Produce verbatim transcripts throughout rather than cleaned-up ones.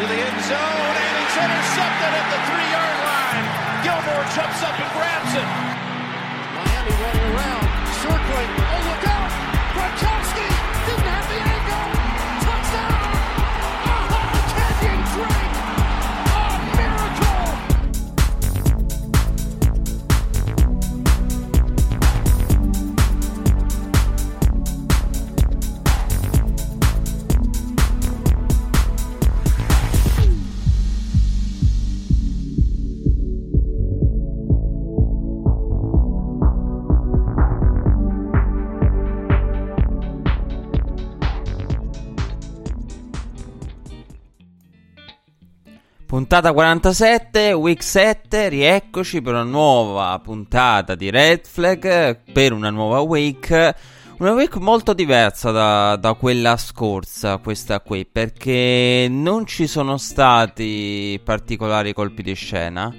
to the end zone, and it's intercepted at the three-yard line. Gilmore jumps up and grabs it. Miami running around, circling. Oh, look out! Gronkowski didn't have the angle. Touchdown! Oh, Kenyon Drake! A miracle! Puntata quarantasette, week sette, rieccoci per una nuova puntata di Red Flag, per una nuova week, una week molto diversa da, da quella scorsa, questa qui, perché non ci sono stati particolari colpi di scena.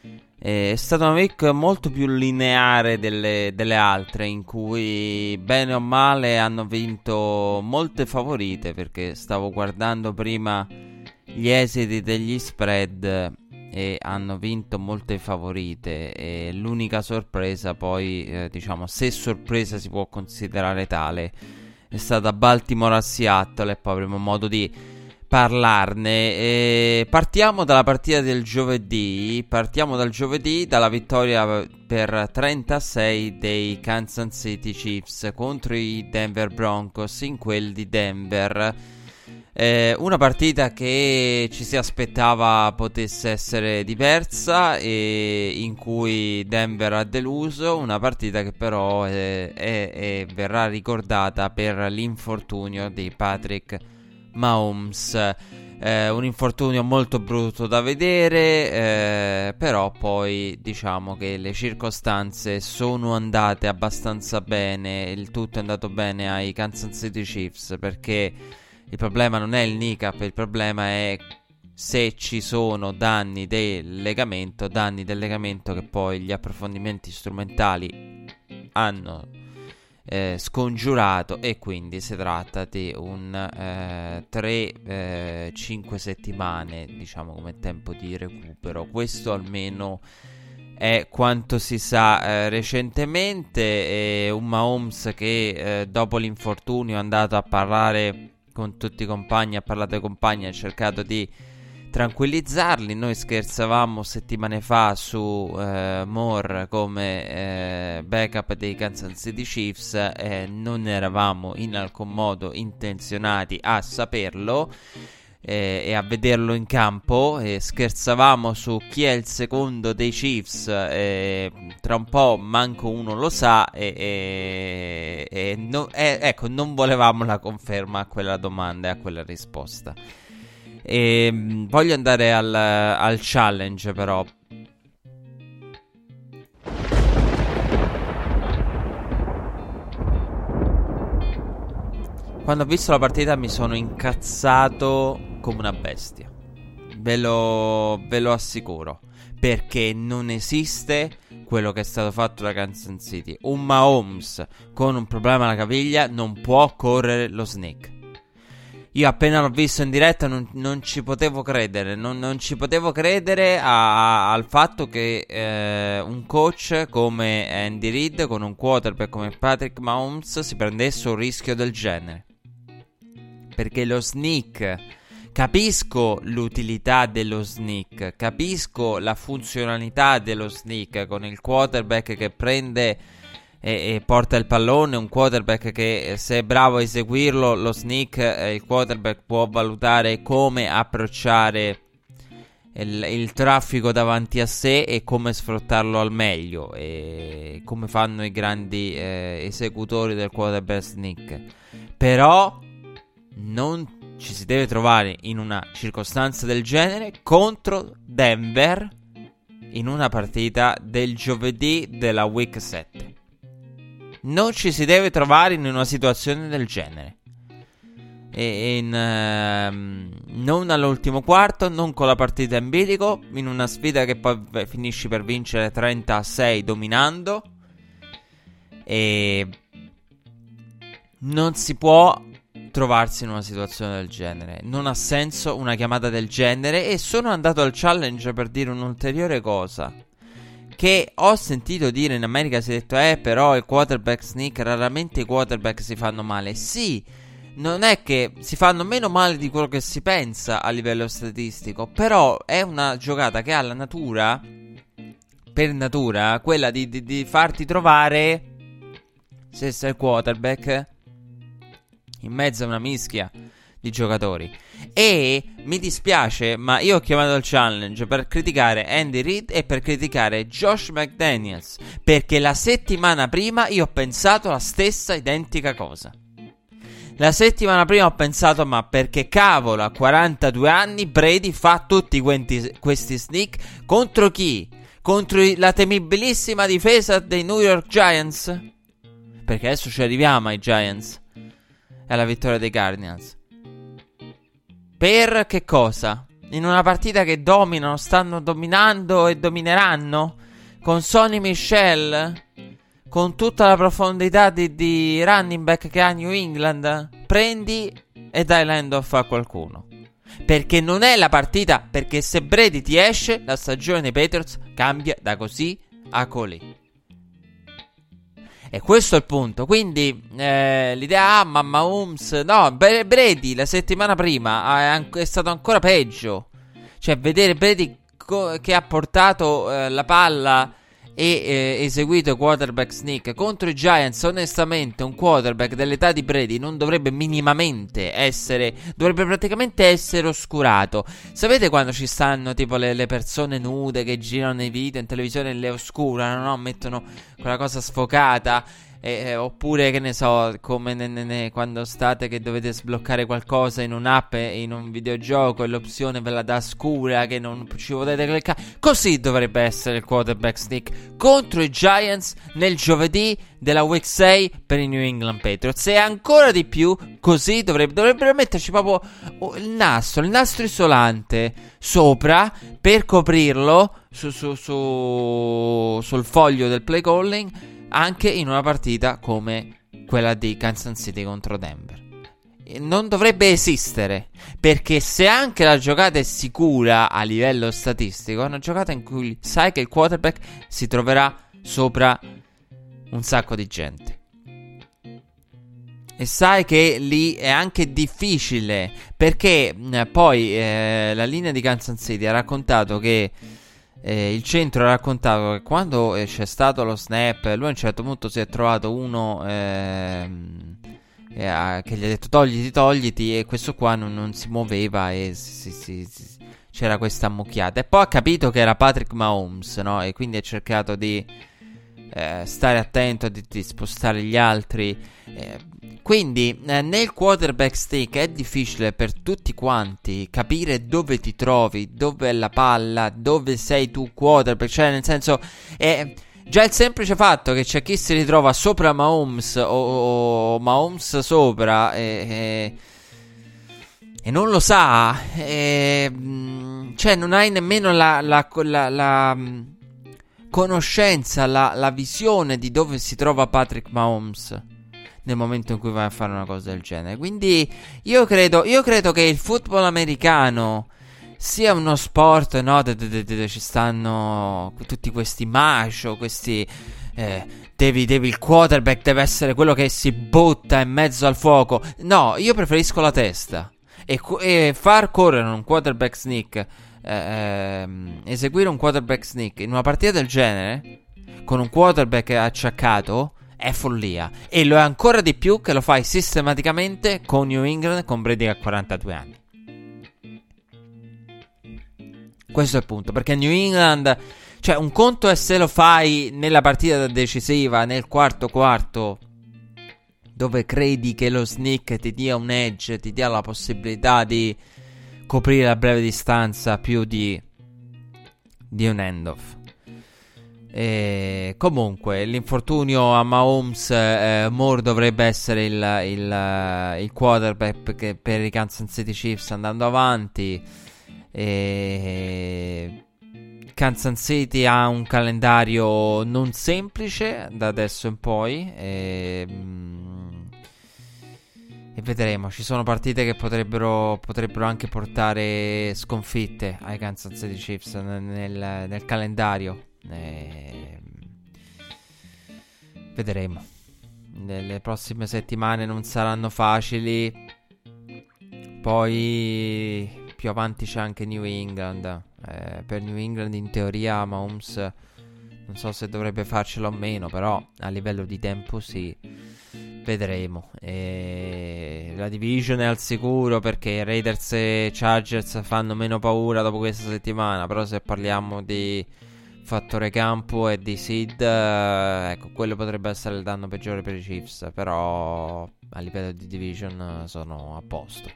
È stata una week molto più lineare delle, delle altre, in cui bene o male hanno vinto molte favorite, perché stavo guardando prima gli esiti degli spread e hanno vinto molte favorite, e l'unica sorpresa poi, eh, diciamo, se sorpresa si può considerare tale, è stata Baltimore a Seattle, e poi avremo modo di parlarne. E partiamo dalla partita del giovedì, partiamo dal giovedì, dalla vittoria per trentasei dei Kansas City Chiefs contro i Denver Broncos in quel di Denver. Eh, una partita che ci si aspettava potesse essere diversa e in cui Denver ha deluso, una partita che però è, è, è, verrà ricordata per l'infortunio di Patrick Mahomes. Eh, un infortunio molto brutto da vedere, eh, però poi diciamo che le circostanze sono andate abbastanza bene, il tutto è andato bene ai Kansas City Chiefs, perché il problema non è il kneecap, il problema è se ci sono danni del legamento, danni del legamento che poi gli approfondimenti strumentali hanno eh, scongiurato, e quindi si tratta di un eh, tre cinque settimane, diciamo, come tempo di recupero. Questo almeno è quanto si sa eh, recentemente. È un Mahomes che eh, dopo l'infortunio è andato a parlare con tutti i compagni, ha parlato ai compagni, ha cercato di tranquillizzarli. Noi scherzavamo settimane fa su eh, Moore come eh, backup dei Kansas City Chiefs, e eh, non eravamo in alcun modo intenzionati a saperlo eh, e a vederlo in campo, e scherzavamo su chi è il secondo dei Chiefs, eh, tra un po' manco uno lo sa, e, e, e no, eh, ecco, non volevamo la conferma a quella domanda e a quella risposta. E, mh, voglio andare al, al challenge, però. Quando ho visto la partita mi sono incazzato come una bestia, ve lo, ve lo assicuro, perché non esiste quello che è stato fatto da Kansas City. Un Mahomes con un problema alla caviglia non può correre lo sneak. Io appena l'ho visto in diretta non, non ci potevo credere, non, non ci potevo credere a, a, al fatto che eh, un coach come Andy Reid con un quarterback come Patrick Mahomes si prendesse un rischio del genere. Perché lo sneak, capisco l'utilità dello sneak, capisco la funzionalità dello sneak con il quarterback che prende e, e porta il pallone, un quarterback che se è bravo a eseguirlo, lo sneak, eh, il quarterback può valutare come approcciare il, il traffico davanti a sé e come sfruttarlo al meglio, e come fanno i grandi eh, esecutori del quarterback sneak. Però non ci si deve trovare in una circostanza del genere contro Denver in una partita del giovedì della week sette. Non ci si deve trovare in una situazione del genere. E in, uh, non all'ultimo quarto, non con la partita in bilico, in una sfida che poi finisci per vincere trenta a sei dominando. E non si può trovarsi in una situazione del genere. Non ha senso una chiamata del genere. E sono andato al challenge per dire un'ulteriore cosa che ho sentito dire in America. Si è detto eh però il quarterback sneak, raramente i quarterback si fanno male. Sì, non è che si fanno meno male di quello che si pensa a livello statistico, però è una giocata che ha la natura, per natura, quella di, di, di farti trovare, se sei il quarterback, in mezzo a una mischia di giocatori. E mi dispiace, ma io ho chiamato il challenge per criticare Andy Reid e per criticare Josh McDaniels, perché la settimana prima io ho pensato la stessa identica cosa. La settimana prima ho pensato, ma perché cavolo a quarantadue anni Brady fa tutti questi, questi sneak contro chi? Contro la temibilissima difesa dei New York Giants? Perché adesso ci arriviamo ai Giants e alla vittoria dei Cardinals. Per che cosa? In una partita che dominano, stanno dominando e domineranno? Con Sonny Michel? Con tutta la profondità di, di running back che ha New England? Prendi e dai l'handoff a qualcuno. Perché non è la partita. Perché se Brady ti esce, la stagione dei Patriots cambia da così a colì. E questo è il punto. Quindi eh, l'idea, ah, ma Mahomes, no, Brady la settimana prima è, è stato ancora peggio. Cioè vedere Brady co- che ha portato eh, la palla e eh, eseguito quarterback sneak contro i Giants. Onestamente un quarterback dell'età di Brady non dovrebbe minimamente essere, dovrebbe praticamente essere oscurato. Sapete quando ci stanno tipo le, le persone nude che girano nei video in televisione e le oscurano, no? Mettono quella cosa sfocata. Eh, oppure che ne so, come ne, ne, ne, quando state che dovete sbloccare qualcosa in un'app, in un videogioco, e l'opzione ve la dà scura che non ci potete cliccare. Così dovrebbe essere il quarterback sneak contro i Giants nel giovedì della week sei per i New England Patriots. E ancora di più così dovrebbe, dovrebbero metterci proprio il nastro, il nastro isolante sopra per coprirlo su, su, su, sul foglio del play calling, anche in una partita come quella di Kansas City contro Denver. Non dovrebbe esistere, perché se anche la giocata è sicura a livello statistico, è una giocata in cui sai che il quarterback si troverà sopra un sacco di gente e sai che lì è anche difficile, perché eh, poi eh, la linea di Kansas City ha raccontato che Eh, il centro ha raccontato che quando eh, c'è stato lo snap, lui a un certo punto si è trovato uno ehm, eh, che gli ha detto togliti, togliti, e questo qua non, non si muoveva e si, si, si, c'era questa ammucchiata. E poi ha capito che era Patrick Mahomes, no? E quindi ha cercato di eh, stare attento, di, di spostare gli altri. Eh, quindi eh, nel quarterback sneak è difficile per tutti quanti capire dove ti trovi, dove è la palla, dove sei tu quarterback. Cioè nel senso, eh, già il semplice fatto che c'è chi si ritrova sopra Mahomes o, o Mahomes sopra e, e, e non lo sa, e, cioè non hai nemmeno la, la, la, la conoscenza, la, la visione di dove si trova Patrick Mahomes nel momento in cui vai a fare una cosa del genere. Quindi io credo, io credo che il football americano sia uno sport, no, dove ci stanno tutti questi macho, questi eh, devi, devi il quarterback deve essere quello che si butta in mezzo al fuoco. No, io preferisco la testa. E, e far correre un quarterback sneak, eh, ehm, eseguire un quarterback sneak in una partita del genere con un quarterback acciaccato è follia. E lo è ancora di più che lo fai sistematicamente con New England, con Brady a quarantadue anni. Questo è il punto, perché New England, cioè un conto è se lo fai nella partita decisiva, nel quarto quarto, dove credi che lo sneak ti dia un edge, ti dia la possibilità di coprire a breve distanza più di di un handoff. E comunque l'infortunio a Mahomes, eh, Moore dovrebbe essere il, il, il quarterback che per i Kansas City Chiefs andando avanti. E Kansas City ha un calendario non semplice da adesso in poi, e, e vedremo. Ci sono partite che potrebbero, potrebbero anche portare sconfitte ai Kansas City Chiefs nel, nel, nel calendario. E... vedremo. Le prossime settimane non saranno facili. Poi più avanti c'è anche New England. Eh, per New England in teoria Mahomes non so se dovrebbe farcelo o meno, però a livello di tempo sì. Vedremo. E la division è al sicuro perché Raiders e Chargers fanno meno paura dopo questa settimana. Però se parliamo di fattore campo e di seed, eh, ecco, quello potrebbe essere il danno peggiore per i Chiefs. Però a livello di division sono a posto.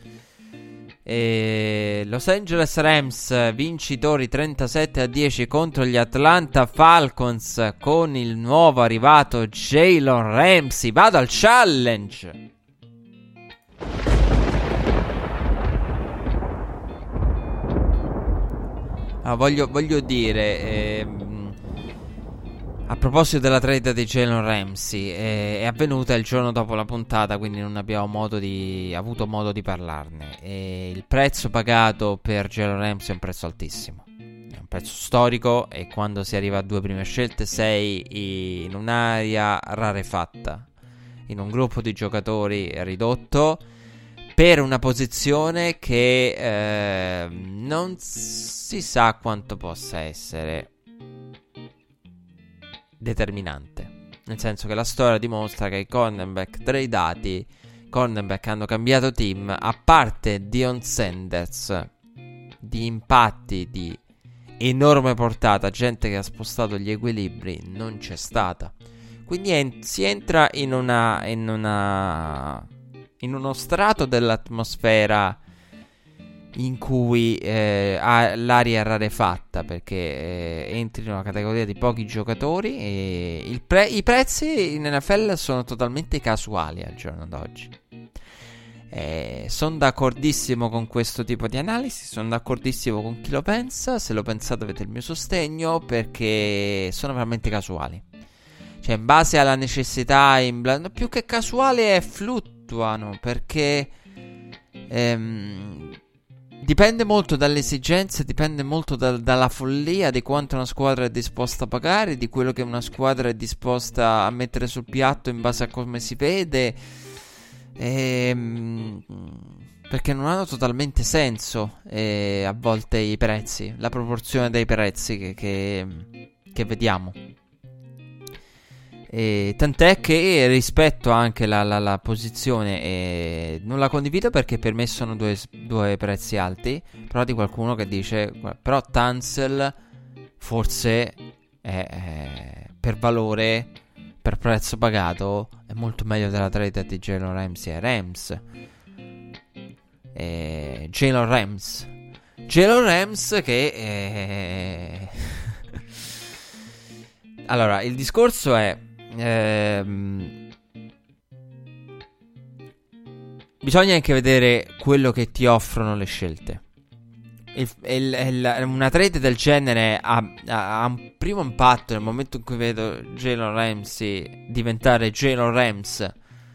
E Los Angeles Rams vincitori trentasette a dieci contro gli Atlanta Falcons con il nuovo arrivato Jalen Ramsey. Vado al challenge. Ah, voglio, voglio dire ehm, a proposito della trade di Jalen Ramsey, eh, è avvenuta il giorno dopo la puntata, quindi non abbiamo modo di, avuto modo di parlarne. E il prezzo pagato per Jalen Ramsey è un prezzo altissimo, è un prezzo storico, e quando si arriva a due prime scelte sei in un'area rarefatta, in un gruppo di giocatori ridotto, per una posizione che eh, non si sa quanto possa essere determinante, nel senso che la storia dimostra che i cornerback tradati, cornerback hanno cambiato team, a parte Deion Sanders, di impatti di enorme portata, gente che ha spostato gli equilibri, non c'è stata. Quindi en- si entra in una in una in uno strato dell'atmosfera in cui eh, ha l'aria rarefatta, perché eh, entri in una categoria di pochi giocatori e il pre- i prezzi in N F L sono totalmente casuali al giorno d'oggi. Eh, sono d'accordissimo con questo tipo di analisi, sono d'accordissimo con chi lo pensa. Se lo pensate avete il mio sostegno, perché sono veramente casuali. Cioè, in base alla necessità, in bla- più che casuali, fluttuano, perché ehm, dipende molto dalle esigenze, dipende molto da, dalla follia di quanto una squadra è disposta a pagare, di quello che una squadra è disposta a mettere sul piatto in base a come si vede, ehm, perché non hanno totalmente senso eh, a volte i prezzi, la proporzione dei prezzi che, che, che vediamo. E tant'è che rispetto anche la, la, la posizione eh, non la condivido, perché per me sono due, due prezzi alti. Però di qualcuno che dice però Tunsil forse è, è, per valore, per prezzo pagato, è molto meglio della trade di Jalen Ramsey e Rams. eh, Jalen Rams Jalen Rams che eh... allora il discorso è Ehm, bisogna anche vedere quello che ti offrono le scelte. il, il, il, Una trade del genere ha, ha, ha un primo impatto nel momento in cui vedo Jalen Ramsey diventare Jalen Rams.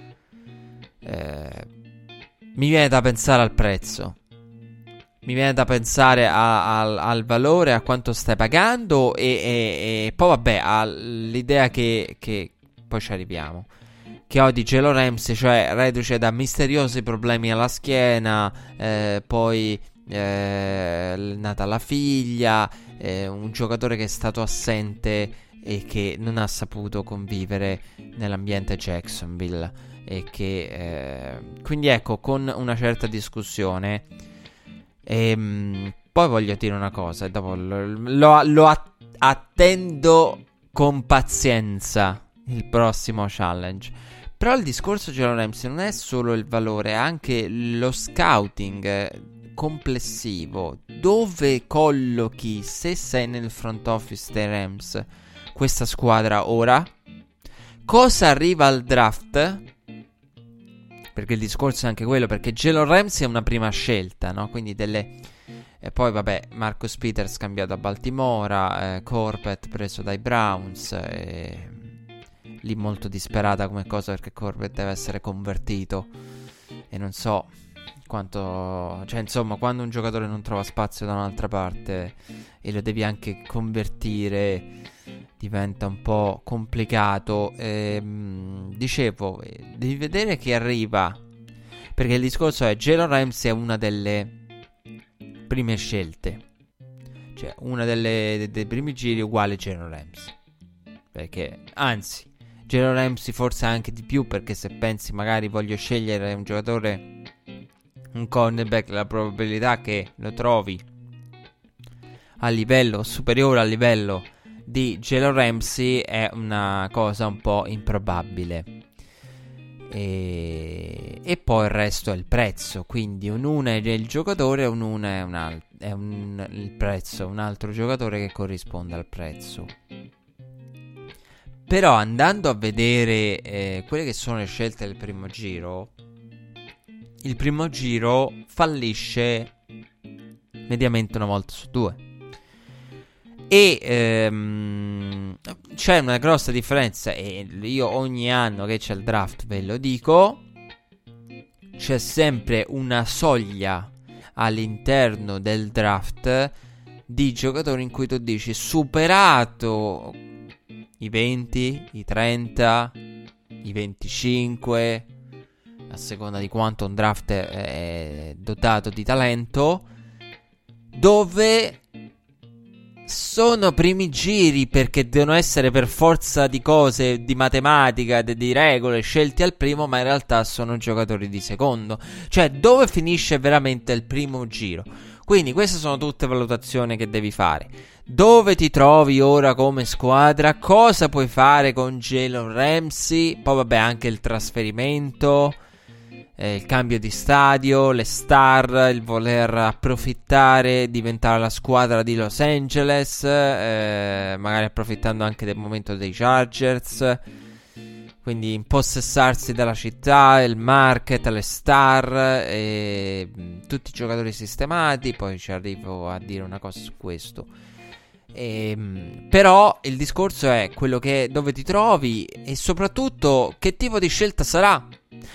eh, Mi viene da pensare al prezzo, mi viene da pensare a, a, al valore, a quanto stai pagando, e, e, e poi vabbè all'idea che, che poi ci arriviamo, che ho di Jalen Ramsey, cioè reduce da misteriosi problemi alla schiena, eh, poi eh, nata la figlia, eh, un giocatore che è stato assente e che non ha saputo convivere nell'ambiente Jacksonville, e che eh, quindi ecco, con una certa discussione. E, mh, poi voglio dire una cosa, e dopo lo, lo, lo attendo con pazienza il prossimo challenge. Però il discorso di Jalen Ramsey non è solo il valore, è anche lo scouting complessivo. Dove collochi, se sei nel front office dei Rams, questa squadra ora? Cosa arriva al draft? Perché il discorso è anche quello, perché Jalen Ramsey è una prima scelta, no? Quindi delle... E poi vabbè, Marcus Peters cambiato a Baltimora, eh, Corbett preso dai Browns, eh, lì molto disperata come cosa, perché Corbett deve essere convertito. e non so quanto, cioè insomma, quando un giocatore non trova spazio da un'altra parte e lo devi anche convertire, diventa un po' complicato. ehm, Dicevo, devi vedere chi arriva, perché il discorso è Jalen Ramsey è una delle prime scelte, cioè una delle dei primi giri uguale Jalen Ramsey, perché anzi Jalen Ramsey forse anche di più, perché se pensi magari voglio scegliere un giocatore, un cornerback, la probabilità che lo trovi a livello superiore al livello di Jalen Ramsey è una cosa un po' improbabile. E, e poi il resto è il prezzo, quindi un uno è il giocatore, un uno è, un al- è un, il prezzo, un altro giocatore che corrisponde al prezzo. Però andando a vedere eh, quelle che sono le scelte del primo giro, il primo giro fallisce mediamente una volta su due. E ehm, c'è una grossa differenza, e io ogni anno che c'è il draft ve lo dico, c'è sempre una soglia all'interno del draft di giocatori in cui tu dici, superato i venti, i trenta, i venticinque, a seconda di quanto un draft è dotato di talento, dove sono primi giri, perché devono essere per forza di cose, di matematica, di, di regole, scelti al primo, ma in realtà sono giocatori di secondo. Cioè, dove finisce veramente il primo giro? Quindi queste sono tutte valutazioni che devi fare. Dove ti trovi ora come squadra? Cosa puoi fare con Jalen Ramsey? Poi vabbè, anche il trasferimento, eh, il cambio di stadio, le star, il voler approfittare, diventare la squadra di Los Angeles, eh, magari approfittando anche del momento dei Chargers, quindi impossessarsi della città, il market, le star, e tutti i giocatori sistemati. Poi ci arrivo a dire una cosa su questo. E, però il discorso è quello che dove ti trovi e soprattutto che tipo di scelta sarà,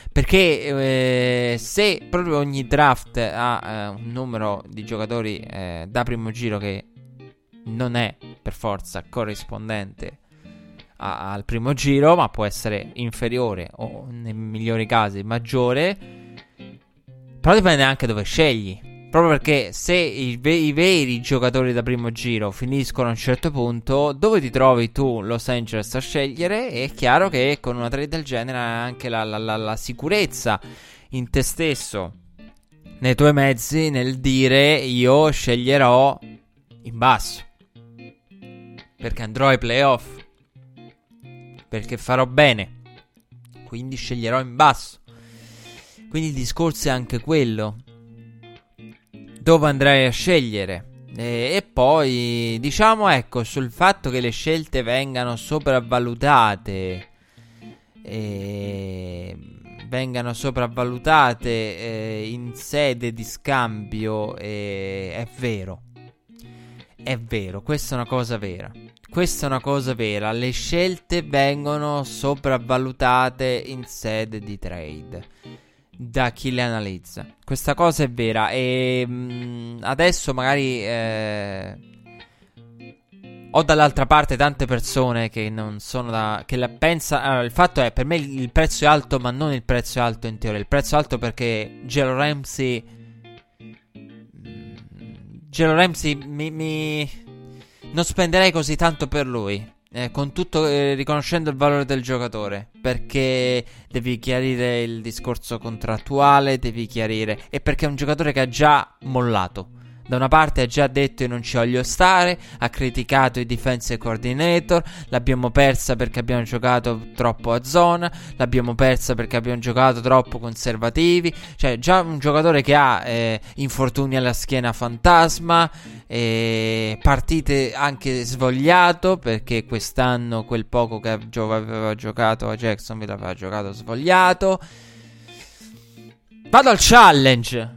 perché eh, se proprio ogni draft ha eh, un numero di giocatori eh, da primo giro che non è per forza corrispondente a, al primo giro, ma può essere inferiore o nei migliori casi maggiore, però dipende anche dove scegli. Proprio perché se i, ve- i veri giocatori da primo giro finiscono a un certo punto, dove ti trovi tu, Los Angeles, a scegliere? È chiaro che con una trade del genere hai anche la, la, la, la sicurezza in te stesso, nei tuoi mezzi, nel dire io sceglierò in basso, perché andrò ai playoff, perché farò bene, quindi sceglierò in basso. Quindi il discorso è anche quello, dove andrai a scegliere. E, e poi diciamo, ecco, sul fatto che le scelte vengano sopravvalutate, e vengano sopravvalutate eh, in sede di scambio, eh, è vero, è vero, questa è una cosa vera. Questa è una cosa vera, le scelte vengono sopravvalutate in sede di trade da chi le analizza. Questa cosa è vera. E mh, adesso magari eh, ho dall'altra parte tante persone che non sono da, che la pensa. Allora, il fatto è, per me il, il prezzo è alto, ma non il prezzo è alto in teoria. Il prezzo è alto perché Jalen Ramsey Jalen Ramsey mi, mi non spenderei così tanto per lui. Eh, con tutto eh, riconoscendo il valore del giocatore, perché devi chiarire il discorso contrattuale, devi chiarire, e perché è un giocatore che ha già mollato. Da una parte ha già detto io non ci voglio stare, ha criticato i defensive coordinator, l'abbiamo persa perché abbiamo giocato troppo a zona, l'abbiamo persa perché abbiamo giocato troppo conservativi. Cioè già un giocatore che ha eh, infortuni alla schiena fantasma, eh, partite anche svogliato, perché quest'anno quel poco che aveva giocato a Jacksonville aveva giocato svogliato. Vado al challenge.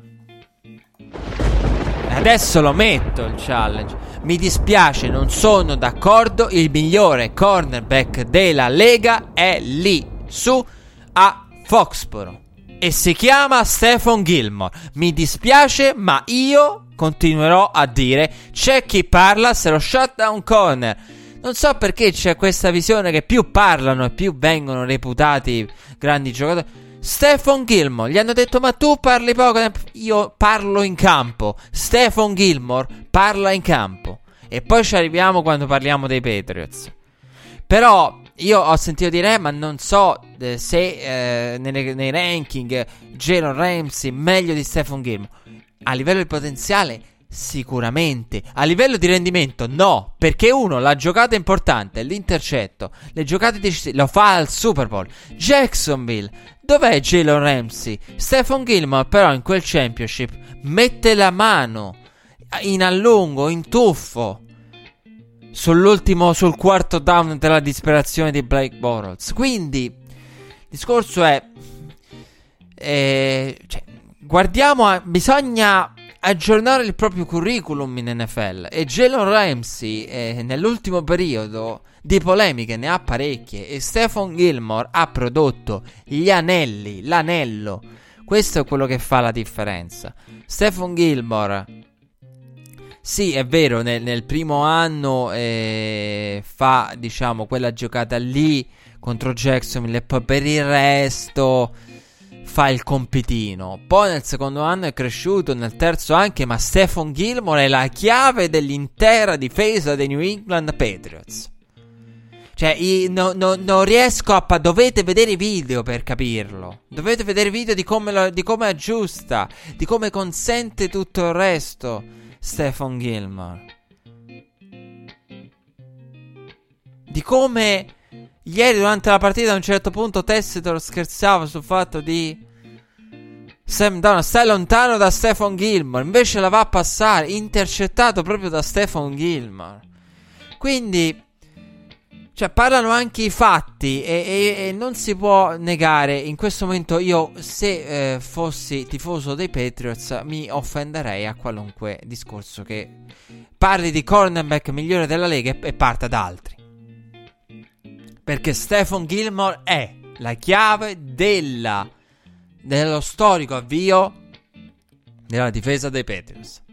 Adesso lo metto il challenge. Mi dispiace, non sono d'accordo. Il migliore cornerback della Lega è lì su a Foxborough. e si chiama Stephon Gilmore. Mi dispiace, ma io continuerò a dire c'è chi parla se lo shutdown corner. Non so perché c'è questa visione che più parlano e più vengono reputati grandi giocatori. Stephon Gilmore, gli hanno detto ma tu parli poco. Io parlo in campo. Stephon Gilmore parla in campo. E poi ci arriviamo quando parliamo dei Patriots. Però io ho sentito dire, eh, ma non so eh, se eh, nei, nei ranking Jalen Ramsey meglio di Stephon Gilmore. A livello di potenziale sicuramente. A livello di rendimento no, perché uno la giocata importante, l'intercetto, le giocate decisive lo fa al Super Bowl. Jacksonville, dov'è Jalen Ramsey? Stephon Gilmore però in quel championship mette la mano in allungo, in tuffo sull'ultimo, sul quarto down della disperazione di Blake Bortles. Quindi il discorso è eh, cioè, guardiamo a, bisogna aggiornare il proprio curriculum in N F L. E Jalen Ramsey eh, nell'ultimo periodo di polemiche ne ha parecchie. E Stephon Gilmore ha prodotto gli anelli, l'anello. Questo è quello che fa la differenza. Stephon Gilmore, sì, è vero, nel, nel primo anno eh, fa, diciamo, quella giocata lì contro Jacksonville e poi per il resto fa il compitino. Poi nel secondo anno è cresciuto, nel terzo anche, ma Stephon Gilmore è la chiave dell'intera difesa dei New England Patriots. Cioè, no, no, non riesco a... Pa- dovete vedere i video per capirlo. Dovete vedere i video di come, lo, di come aggiusta, di come consente tutto il resto Stephon Gilmore. Di come... Ieri durante la partita a un certo punto Tessitore scherzava sul fatto di Sam Darnold, stai lontano da Stephon Gilmore, invece la va a passare, intercettato proprio da Stephon Gilmore. Quindi, cioè, parlano anche i fatti e, e, e non si può negare. In questo momento io, se eh, fossi tifoso dei Patriots, mi offenderei a qualunque discorso che parli di cornerback migliore della Lega e, e parta da altri. Perché Stephon Gilmore è la chiave della, dello storico avvio della difesa dei Patriots.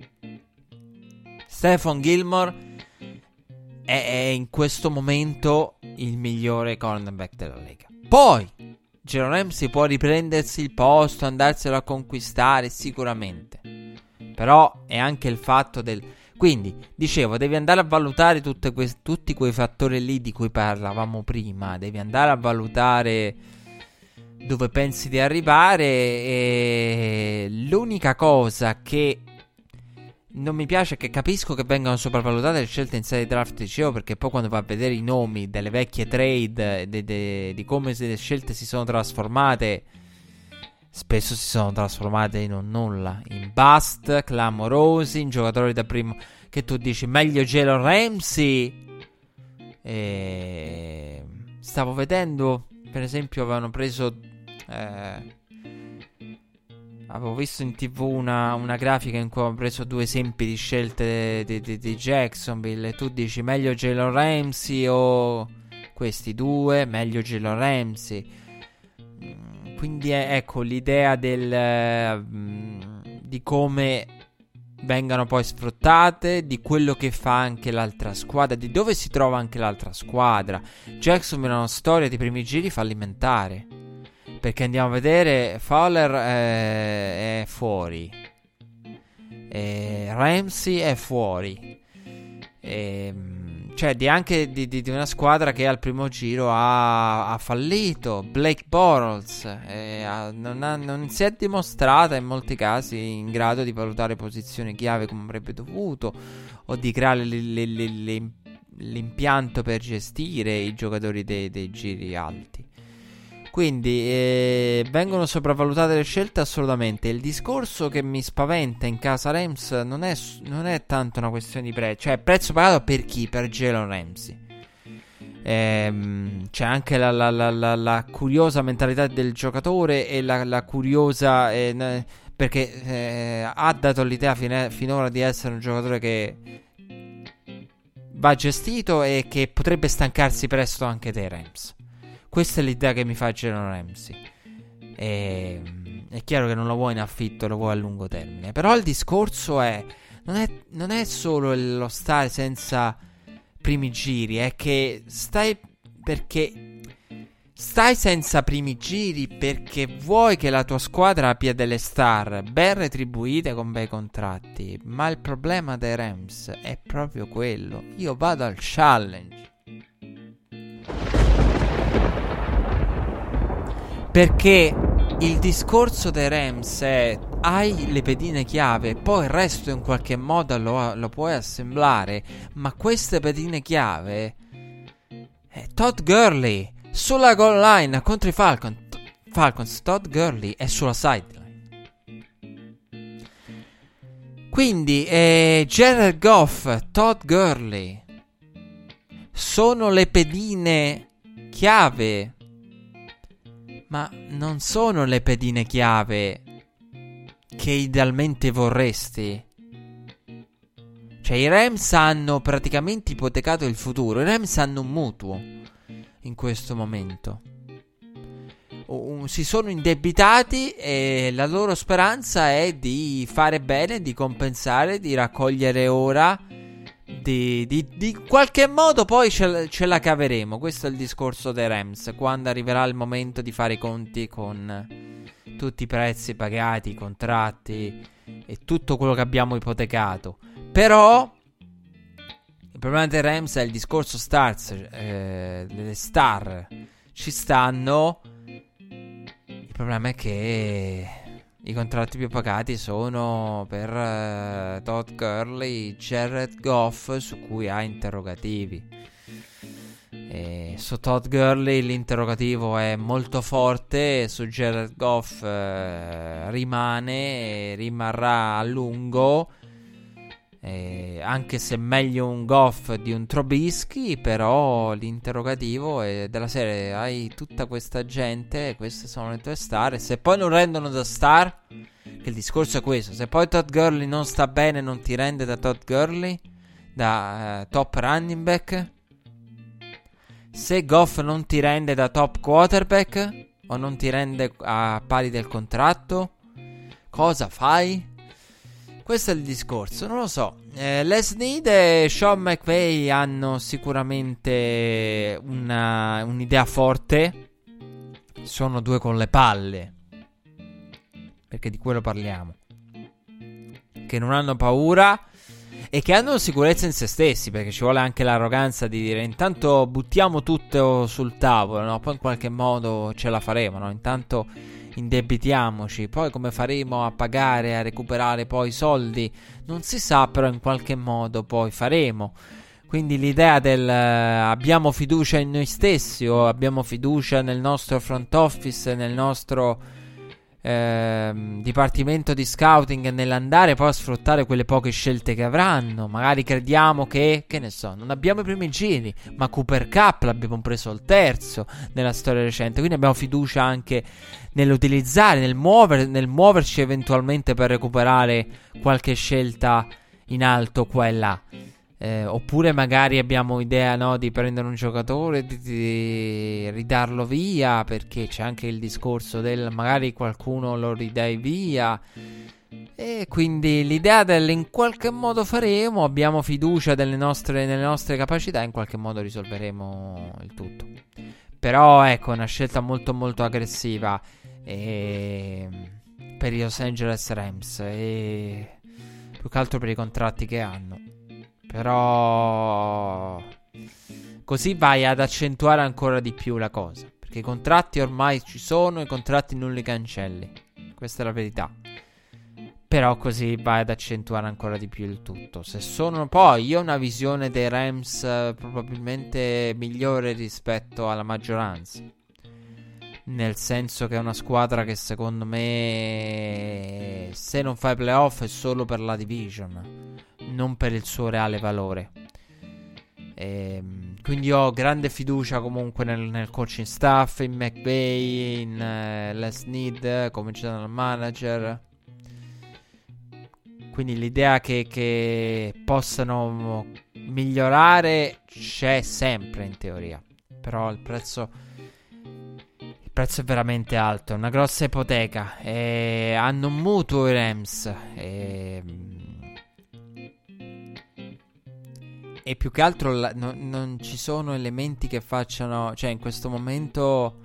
Stephon Gilmore è, è in questo momento il migliore cornerback della Lega. Poi Jalen Ramsey può riprendersi il posto, andarselo a conquistare sicuramente. Però è anche il fatto del... Quindi, dicevo, devi andare a valutare tutte que- tutti quei fattori lì di cui parlavamo prima. Devi andare a valutare dove pensi di arrivare. E l'unica cosa che non mi piace è che capisco che vengano sopravvalutate le scelte in sede draft, dicevo, perché poi quando va a vedere i nomi delle vecchie trade, de- de- di come le scelte si sono trasformate, spesso si sono trasformate in un nulla, in bust clamorosi, in giocatori da primo che tu dici meglio Jalen Ramsey. E... stavo vedendo, per esempio, avevano preso eh... avevo visto in tv una, una grafica in cui avevano preso due esempi di scelte di, di, di Jacksonville e tu dici meglio Jalen Ramsey o questi due, meglio Jalen Ramsey. Quindi è, ecco l'idea del uh, di come vengano poi sfruttate, di quello che fa anche l'altra squadra, di dove si trova anche l'altra squadra. Jacksonville ha una storia di primi giri fallimentare, perché andiamo a vedere Fowler eh, è fuori, e Ramsey è fuori, e, cioè di anche di, di, di una squadra che al primo giro ha, ha fallito. Blake Bortles eh, ha, non, ha, non si è dimostrata in molti casi in grado di valutare posizioni chiave come avrebbe dovuto, o di creare le, le, le, le, l'impianto per gestire i giocatori dei, dei giri alti. Quindi eh, vengono sopravvalutate le scelte assolutamente. Il discorso che mi spaventa in casa Rams non è, non è tanto una questione di prezzo, cioè prezzo pagato per chi? Per Jalen Ramsey. Ehm, c'è anche la, la, la, la, la curiosa mentalità del giocatore e la, la curiosa eh, perché eh, ha dato l'idea fine, finora di essere un giocatore che va gestito e che potrebbe stancarsi presto anche dei Rams. Questa è l'idea che mi fa Jalen Ramsey. E, è chiaro che non lo vuoi in affitto, lo vuoi a lungo termine. Però il discorso è non è, non è solo lo stare senza primi giri, è che stai perché stai senza primi giri perché vuoi che la tua squadra abbia delle star ben retribuite con bei contratti. Ma il problema dei Rams è proprio quello. Io vado al challenge perché il discorso dei Rams è: hai le pedine chiave, poi il resto in qualche modo lo, lo puoi assemblare. Ma queste pedine chiave è Todd Gurley sulla goal line contro i Falcon. Falcons. Todd Gurley è sulla sideline. Quindi eh, Jared Goff, Todd Gurley sono le pedine chiave, ma non sono le pedine chiave che idealmente vorresti. Cioè i Rams hanno praticamente ipotecato il futuro. I Rams hanno un mutuo in questo momento. Uh, si sono indebitati e la loro speranza è di fare bene, di compensare, di raccogliere ora. Di, di, di qualche modo poi ce, ce la caveremo. Questo è il discorso dei Rams. Quando arriverà il momento di fare i conti con tutti i prezzi pagati, i contratti e tutto quello che abbiamo ipotecato. Però il problema dei Rams è il discorso stars. eh, Le star ci stanno. Il problema è che i contratti più pagati sono per uh, Todd Gurley, Jared Goff, su cui ha interrogativi. E su Todd Gurley l'interrogativo è molto forte, su Jared Goff uh, rimane e rimarrà a lungo. Eh, anche se meglio un Goff di un Trubisky, però l'interrogativo è della serie: hai tutta questa gente, queste sono le tue star, e se poi non rendono da star, che il discorso è questo, se poi Todd Gurley non sta bene, non ti rende da Todd Gurley, da uh, top running back, se Goff non ti rende da top quarterback o non ti rende a pari del contratto, cosa fai? Questo è il discorso, non lo so. eh, Les Snead e Sean McVay hanno sicuramente una, un'idea forte. Sono due con le palle, perché di quello parliamo, che non hanno paura e che hanno sicurezza in se stessi, perché ci vuole anche l'arroganza di dire: intanto buttiamo tutto sul tavolo, no? Poi in qualche modo ce la faremo, no? Intanto indebitiamoci, poi come faremo a pagare, a recuperare poi i soldi non si sa, però in qualche modo poi faremo. Quindi l'idea del uh, abbiamo fiducia in noi stessi, o abbiamo fiducia nel nostro front office, nel nostro uh, dipartimento di scouting, nell'andare poi a sfruttare quelle poche scelte che avranno. Magari crediamo che, che ne so, non abbiamo i primi giri, ma Cooper Kupp l'abbiamo preso al terzo nella storia recente, quindi abbiamo fiducia anche nell'utilizzare, nel, muover, nel muoverci eventualmente per recuperare qualche scelta in alto qua e là. Eh, oppure magari abbiamo idea, no, di prendere un giocatore, di, di ridarlo via, perché c'è anche il discorso del magari qualcuno lo ridai via. E quindi l'idea del in qualche modo faremo, abbiamo fiducia delle nostre, nelle nostre capacità, in qualche modo risolveremo il tutto. Però ecco, una scelta molto molto aggressiva e per i Los Angeles Rams, e più che altro per i contratti che hanno. Però così vai ad accentuare ancora di più la cosa, perché i contratti ormai ci sono, i contratti non li cancelli, questa è la verità. Però così vai ad accentuare ancora di più il tutto. Se sono poi, io ho una visione dei Rams eh, probabilmente migliore rispetto alla maggioranza, nel senso che è una squadra che secondo me, se non fa i playoff, è solo per la division, non per il suo reale valore. E quindi ho grande fiducia comunque nel, nel coaching staff, in McVay, in uh, Les Snead come general manager. Quindi l'idea che, che possano migliorare c'è sempre in teoria, però il prezzo il prezzo è veramente alto, è una grossa ipoteca. E hanno un mutuo i Rams. E, e più che altro la, no, non ci sono elementi che facciano. Cioè, in questo momento,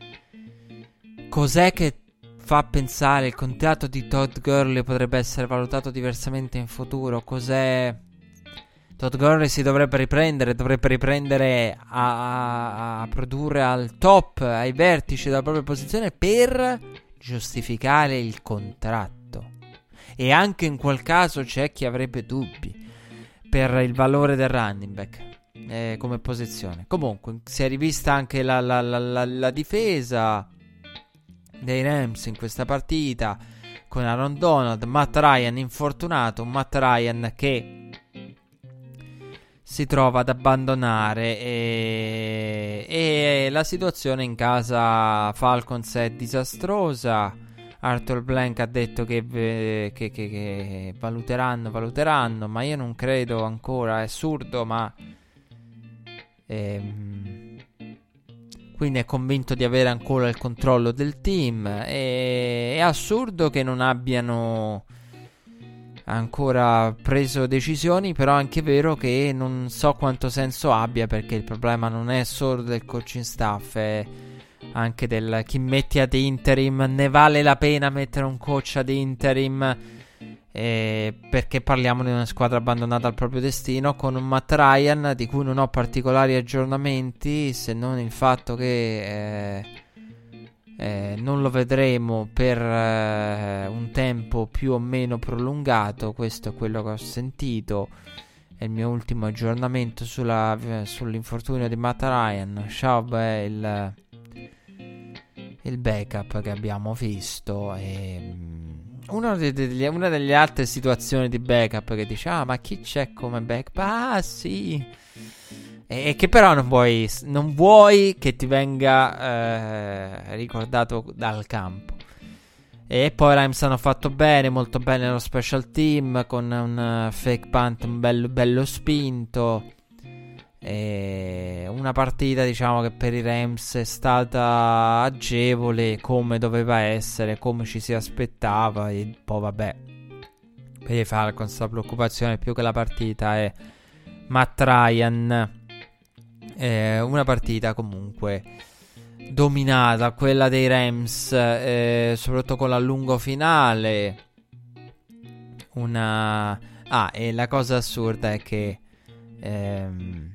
cos'è che fa pensare il contratto di Todd Gurley potrebbe essere valutato diversamente in futuro? Cos'è? Todd Gurley si dovrebbe riprendere, dovrebbe riprendere a, a, a produrre al top, ai vertici della propria posizione per giustificare il contratto. E anche in quel caso c'è chi avrebbe dubbi per il valore del running back eh, come posizione. Comunque si è rivista anche la, la, la, la, la difesa dei Rams in questa partita, con Aaron Donald, Matt Ryan infortunato, un Matt Ryan che si trova ad abbandonare e, e la situazione in casa Falcons è disastrosa. Arthur Blank ha detto che, che, che, che valuteranno, valuteranno, ma io non credo ancora, è assurdo, ma ehm, quindi è convinto di avere ancora il controllo del team. E, è assurdo che non abbiano ancora preso decisioni, però è anche vero che non so quanto senso abbia, perché il problema non è solo del coaching staff, è anche del chi metti ad interim. Ne vale la pena mettere un coach ad interim eh, perché parliamo di una squadra abbandonata al proprio destino, con un Matt Ryan di cui non ho particolari aggiornamenti, se non il fatto che eh, Eh, non lo vedremo per eh, un tempo più o meno prolungato. Questo è quello che ho sentito. È il mio ultimo aggiornamento sulla, eh, sull'infortunio di Matt Ryan. Schaub è il, il backup che abbiamo visto. E, uno de- de- una delle altre situazioni di backup che dice: ah, ma chi c'è come backup? Ah, sì. E che però non vuoi, non vuoi che ti venga eh, ricordato dal campo. E poi i Rams hanno fatto bene, molto bene lo special team, con un uh, fake punt un bello, bello spinto. E una partita, diciamo, che per i Rams è stata agevole, come doveva essere, come ci si aspettava. E poi vabbè, per i Falcons la preoccupazione più che la partita è Matt Ryan. Eh, una partita comunque dominata, quella dei Rams, eh, soprattutto con l'allungo finale. Una ah e la cosa assurda è che ehm,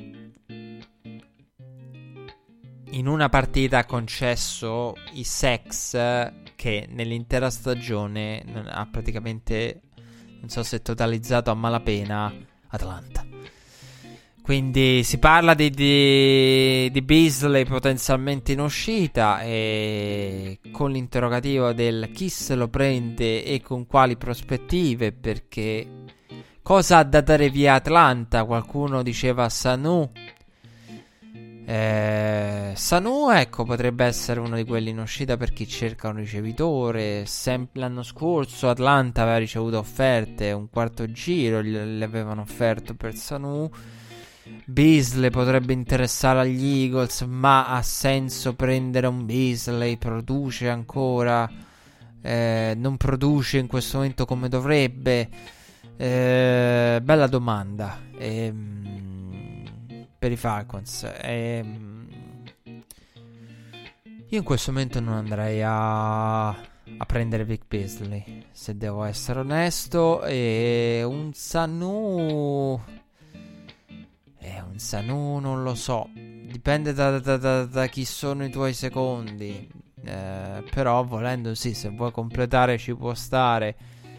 in una partita ha concesso i sacks che nell'intera stagione ha praticamente, non so se totalizzato a malapena, Atlanta. Quindi si parla di, di, di Beasley potenzialmente in uscita, e con l'interrogativo del chi se lo prende e con quali prospettive, perché cosa ha da dare via Atlanta? Qualcuno diceva Sanu. Eh, Sanu, ecco, potrebbe essere uno di quelli in uscita per chi cerca un ricevitore. Sem- l'anno scorso Atlanta aveva ricevuto offerte, un quarto giro le avevano offerto per Sanu. Beasley potrebbe interessare agli Eagles, ma ha senso prendere un Beasley? Produce ancora? Eh, non produce in questo momento come dovrebbe? Eh, bella domanda ehm, per i Falcons. Ehm, io in questo momento non andrei a, a prendere Vic Beasley, se devo essere onesto. E un Sanu... È un Sanu, non lo so. Dipende da, da, da, da chi sono i tuoi secondi. Eh, però volendo sì, se vuoi completare ci può stare.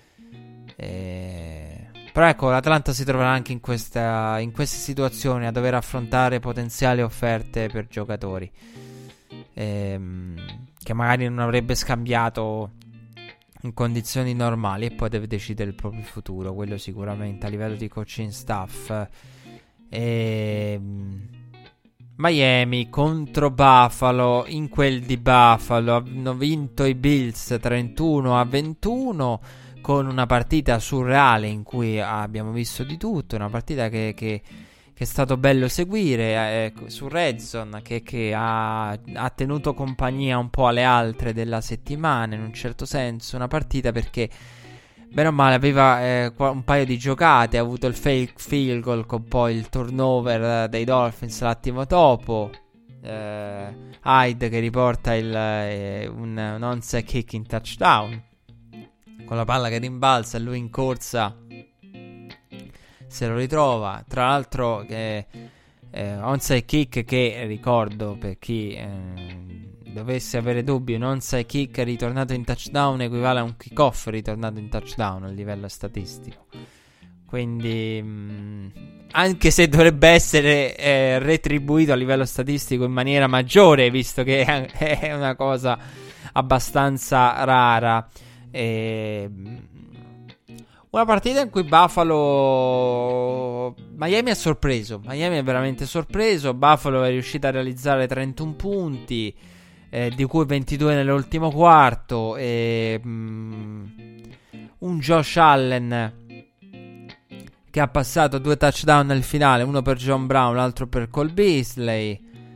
Eh, però ecco, l'Atlanta si troverà anche in questa, in queste situazioni a dover affrontare potenziali offerte per giocatori ehm, che magari non avrebbe scambiato in condizioni normali, e poi deve decidere il proprio futuro. Quello sicuramente a livello di coaching staff. E Miami contro Buffalo. In quel di Buffalo hanno vinto i Bills trentuno a ventuno, con una partita surreale in cui abbiamo visto di tutto. Una partita che, che, che che è stato bello seguire, eh, su Red Zone, che, che ha, ha tenuto compagnia un po' alle altre della settimana, in un certo senso, una partita perché bene o male aveva eh, un paio di giocate, ha avuto il fake field goal con poi il turnover dei Dolphins l'attimo dopo, eh, Hyde che riporta il, eh, un, un onside kick in touchdown, con la palla che rimbalza e lui in corsa se lo ritrova. Tra l'altro che eh, onside kick che, ricordo per chi eh, dovesse avere dubbi, un onside kick ritornato in touchdown equivale a un kickoff ritornato in touchdown a livello statistico. Quindi mh, anche se dovrebbe essere eh, retribuito a livello statistico in maniera maggiore, visto che è, è una cosa abbastanza rara. E, una partita in cui Buffalo Miami ha sorpreso Miami è veramente sorpreso. Buffalo è riuscita a realizzare trentuno punti, eh, di cui ventidue nell'ultimo quarto, e mm, un Josh Allen che ha passato due touchdown nel finale, uno per John Brown, l'altro per Cole Beasley,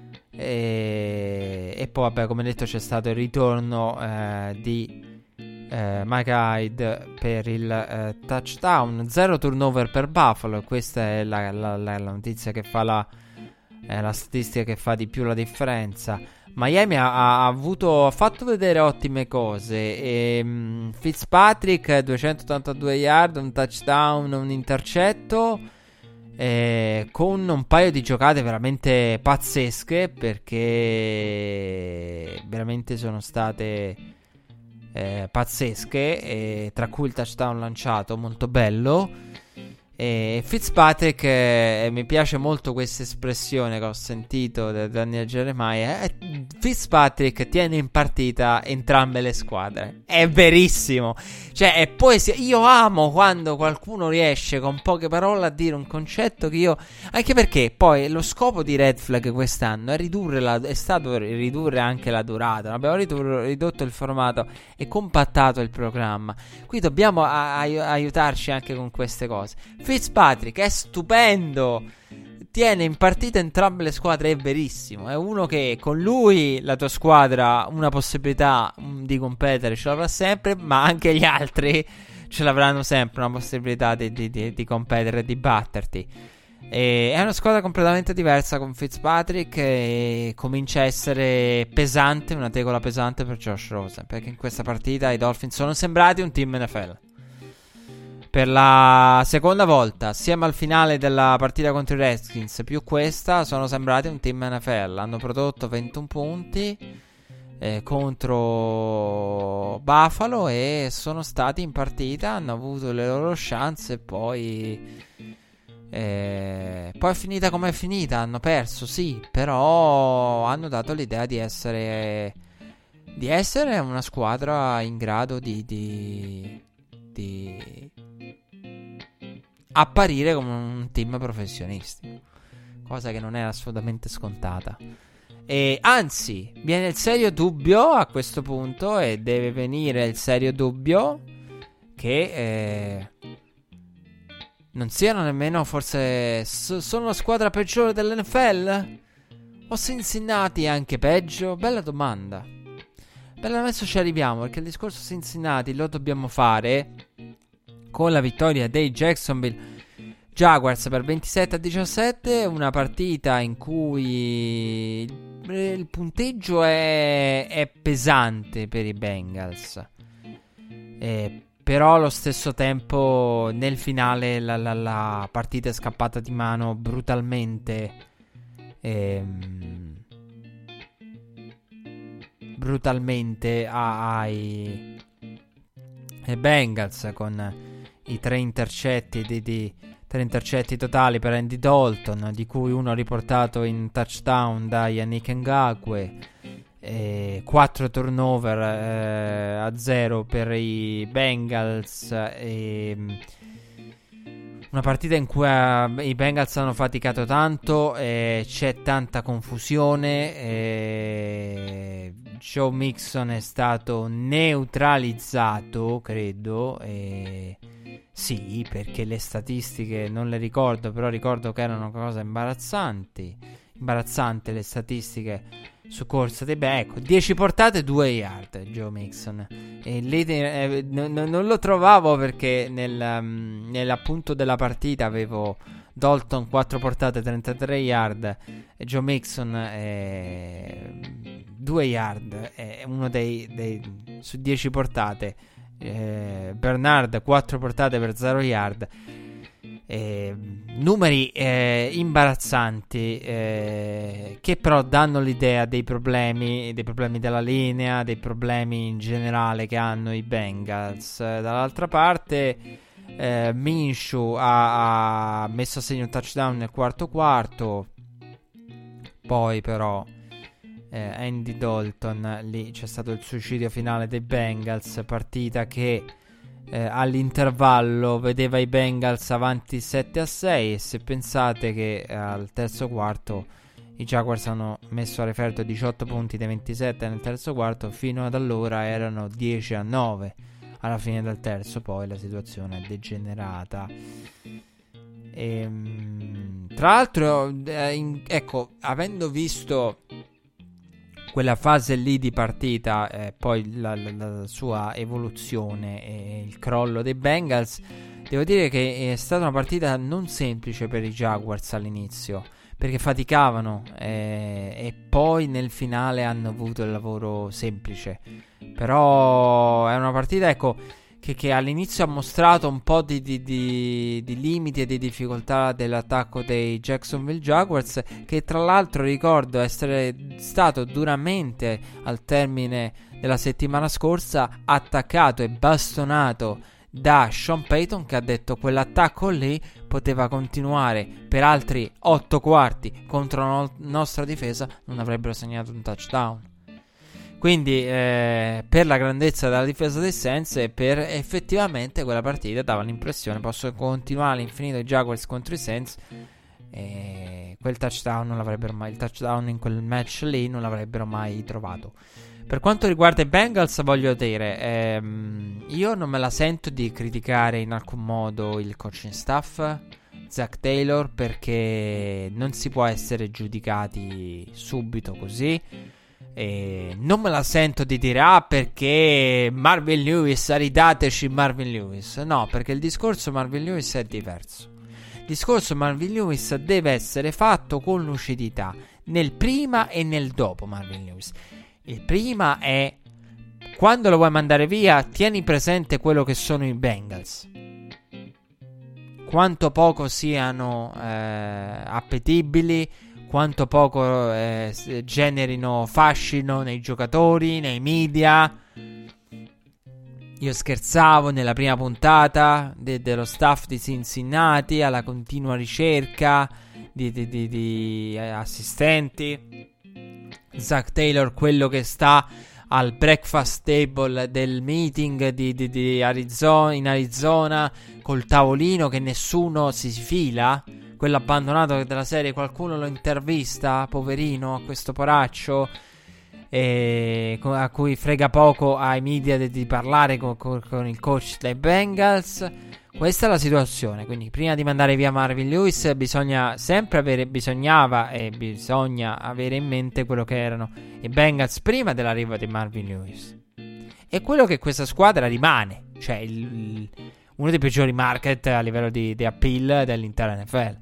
e, e poi vabbè, come detto, c'è stato il ritorno eh, di Eh, Mike Hyde per il eh, touchdown. Zero turnover per Buffalo. Questa è la, la, la, la notizia che fa la, eh, la statistica che fa di più la differenza. Miami ha, ha avuto ha fatto vedere ottime cose, e, um, Fitzpatrick duecentottantadue yard, un touchdown, un intercetto, eh, con un paio di giocate veramente pazzesche, perché veramente sono state Eh, pazzesche, eh, tra cui il touchdown lanciato molto bello. E Fitzpatrick, eh, mi piace molto questa espressione che ho sentito da Daniel Jeremiah, eh, Fitzpatrick tiene in partita entrambe le squadre. È verissimo, cioè è poesia. Io amo quando qualcuno riesce con poche parole a dire un concetto che io, anche perché poi lo scopo di Red Flag quest'anno è ridurre la, è stato ridurre anche la durata. Abbiamo ridurre, ridotto il formato e compattato il programma. Qui dobbiamo a, a, aiutarci anche con queste cose. Fitzpatrick è stupendo, tiene in partita entrambe le squadre, è verissimo. È uno che con lui la tua squadra una possibilità di competere ce l'avrà sempre, ma anche gli altri ce l'avranno sempre una possibilità di, di, di, di competere e di batterti. E è una squadra completamente diversa con Fitzpatrick, e comincia a essere pesante, una tegola pesante per Josh Rosen, perché in questa partita i Dolphins sono sembrati un team N F L. Per la seconda volta, assieme al finale della partita contro i Redskins più questa, sono sembrati un team N F L. Hanno prodotto ventuno punti eh, contro Buffalo e sono stati in partita, hanno avuto le loro chance e poi eh, poi è finita come è finita. Hanno perso, sì, però hanno dato l'idea di essere di essere una squadra in grado di di, di apparire come un team professionistico, cosa che non è assolutamente scontata. E anzi, viene il serio dubbio a questo punto, e deve venire il serio dubbio che eh, non siano nemmeno, forse so, sono la squadra peggiore dell'N F L? O Cincinnati è anche peggio? Bella domanda. Bella, adesso ci arriviamo, perché il discorso Cincinnati lo dobbiamo fare con la vittoria dei Jacksonville Jaguars per ventisette a diciassette, una partita in cui il punteggio è, è pesante per i Bengals, eh, però allo stesso tempo nel finale la, la, la partita è scappata di mano brutalmente, ehm, brutalmente ai, ai Bengals, con i tre intercetti di, di tre intercetti totali per Andy Dalton, di cui uno riportato in touchdown da Yannick Ngakoue, e quattro turnover eh, a zero per i Bengals, e una partita in cui uh, i Bengals hanno faticato tanto, e c'è tanta confusione, e Joe Mixon è stato neutralizzato, credo, e Sì, perché le statistiche non le ricordo, però ricordo che erano cose imbarazzanti. Imbarazzante le statistiche su corsa dei beh, ecco, dieci portate, due yard Joe Mixon. E lì eh, n- n- non lo trovavo perché nel, um, nell'appunto della partita avevo Dalton quattro portate, trentatré yard, e Joe Mixon eh, due yard, è uno dei, dei su dieci portate. Eh, Bernard quattro portate per zero yard. Eh, numeri eh, imbarazzanti eh, che però danno l'idea dei problemi, dei problemi della linea, dei problemi in generale che hanno i Bengals. Dall'altra parte eh, Minshew ha, ha messo a segno un touchdown nel quarto quarto, poi però eh, Andy Dalton, lì c'è stato il suicidio finale dei Bengals, partita che Eh, all'intervallo vedeva i Bengals avanti sette a sei, e se pensate che eh, al terzo quarto i Jaguars hanno messo a referto diciotto punti dei ventisette nel terzo quarto, fino ad allora erano dieci a nove alla fine del terzo, poi la situazione è degenerata. E, tra l'altro eh, in, ecco, avendo visto quella fase lì di partita, eh, poi la, la, la sua evoluzione e il crollo dei Bengals, devo dire che è stata una partita non semplice per i Jaguars all'inizio, perché faticavano eh, e poi nel finale hanno avuto il lavoro semplice. Però è una partita, ecco, che, che all'inizio ha mostrato un po' di, di, di, di limiti e di difficoltà dell'attacco dei Jacksonville Jaguars, che tra l'altro ricordo essere stato duramente al termine della settimana scorsa attaccato e bastonato da Sean Payton, che ha detto quell'attacco lì poteva continuare per altri otto quarti contro la no- nostra difesa, non avrebbero segnato un touchdown. Quindi eh, per la grandezza della difesa dei Saints e per effettivamente quella partita dava l'impressione possono continuare all'infinito i Jaguars contro i Saints, e quel touchdown non l'avrebbero mai, il touchdown in quel match lì non l'avrebbero mai trovato. Per quanto riguarda i Bengals, voglio dire, ehm, io non me la sento di criticare in alcun modo il coaching staff, Zach Taylor, perché non si può essere giudicati subito così. E non me la sento di dire ah perché Marvin Lewis, ridateci Marvin Lewis. No, perché il discorso Marvin Lewis è diverso. Il discorso Marvin Lewis deve essere fatto con lucidità nel prima e nel dopo Marvin Lewis. Il prima è quando lo vuoi mandare via, tieni presente quello che sono i Bengals, quanto poco siano eh, appetibili, quanto poco eh, generino fascino nei giocatori, nei media. Io scherzavo nella prima puntata de- dello staff di Cincinnati alla continua ricerca di, di, di, di assistenti. Zach Taylor, quello che sta al breakfast table del meeting di, di, di Arizona, in Arizona, col tavolino che nessuno si fila, quello abbandonato della serie, qualcuno lo intervista, poverino, a questo poraccio, e a cui frega poco ai media di, di parlare con, con, con il coach dei Bengals. Questa è la situazione. Quindi prima di mandare via Marvin Lewis bisogna sempre avere, bisognava e bisogna avere in mente quello che erano i Bengals prima dell'arrivo di Marvin Lewis e quello che questa squadra rimane, cioè il, il, uno dei peggiori market a livello di, di appeal dell'intera N F L.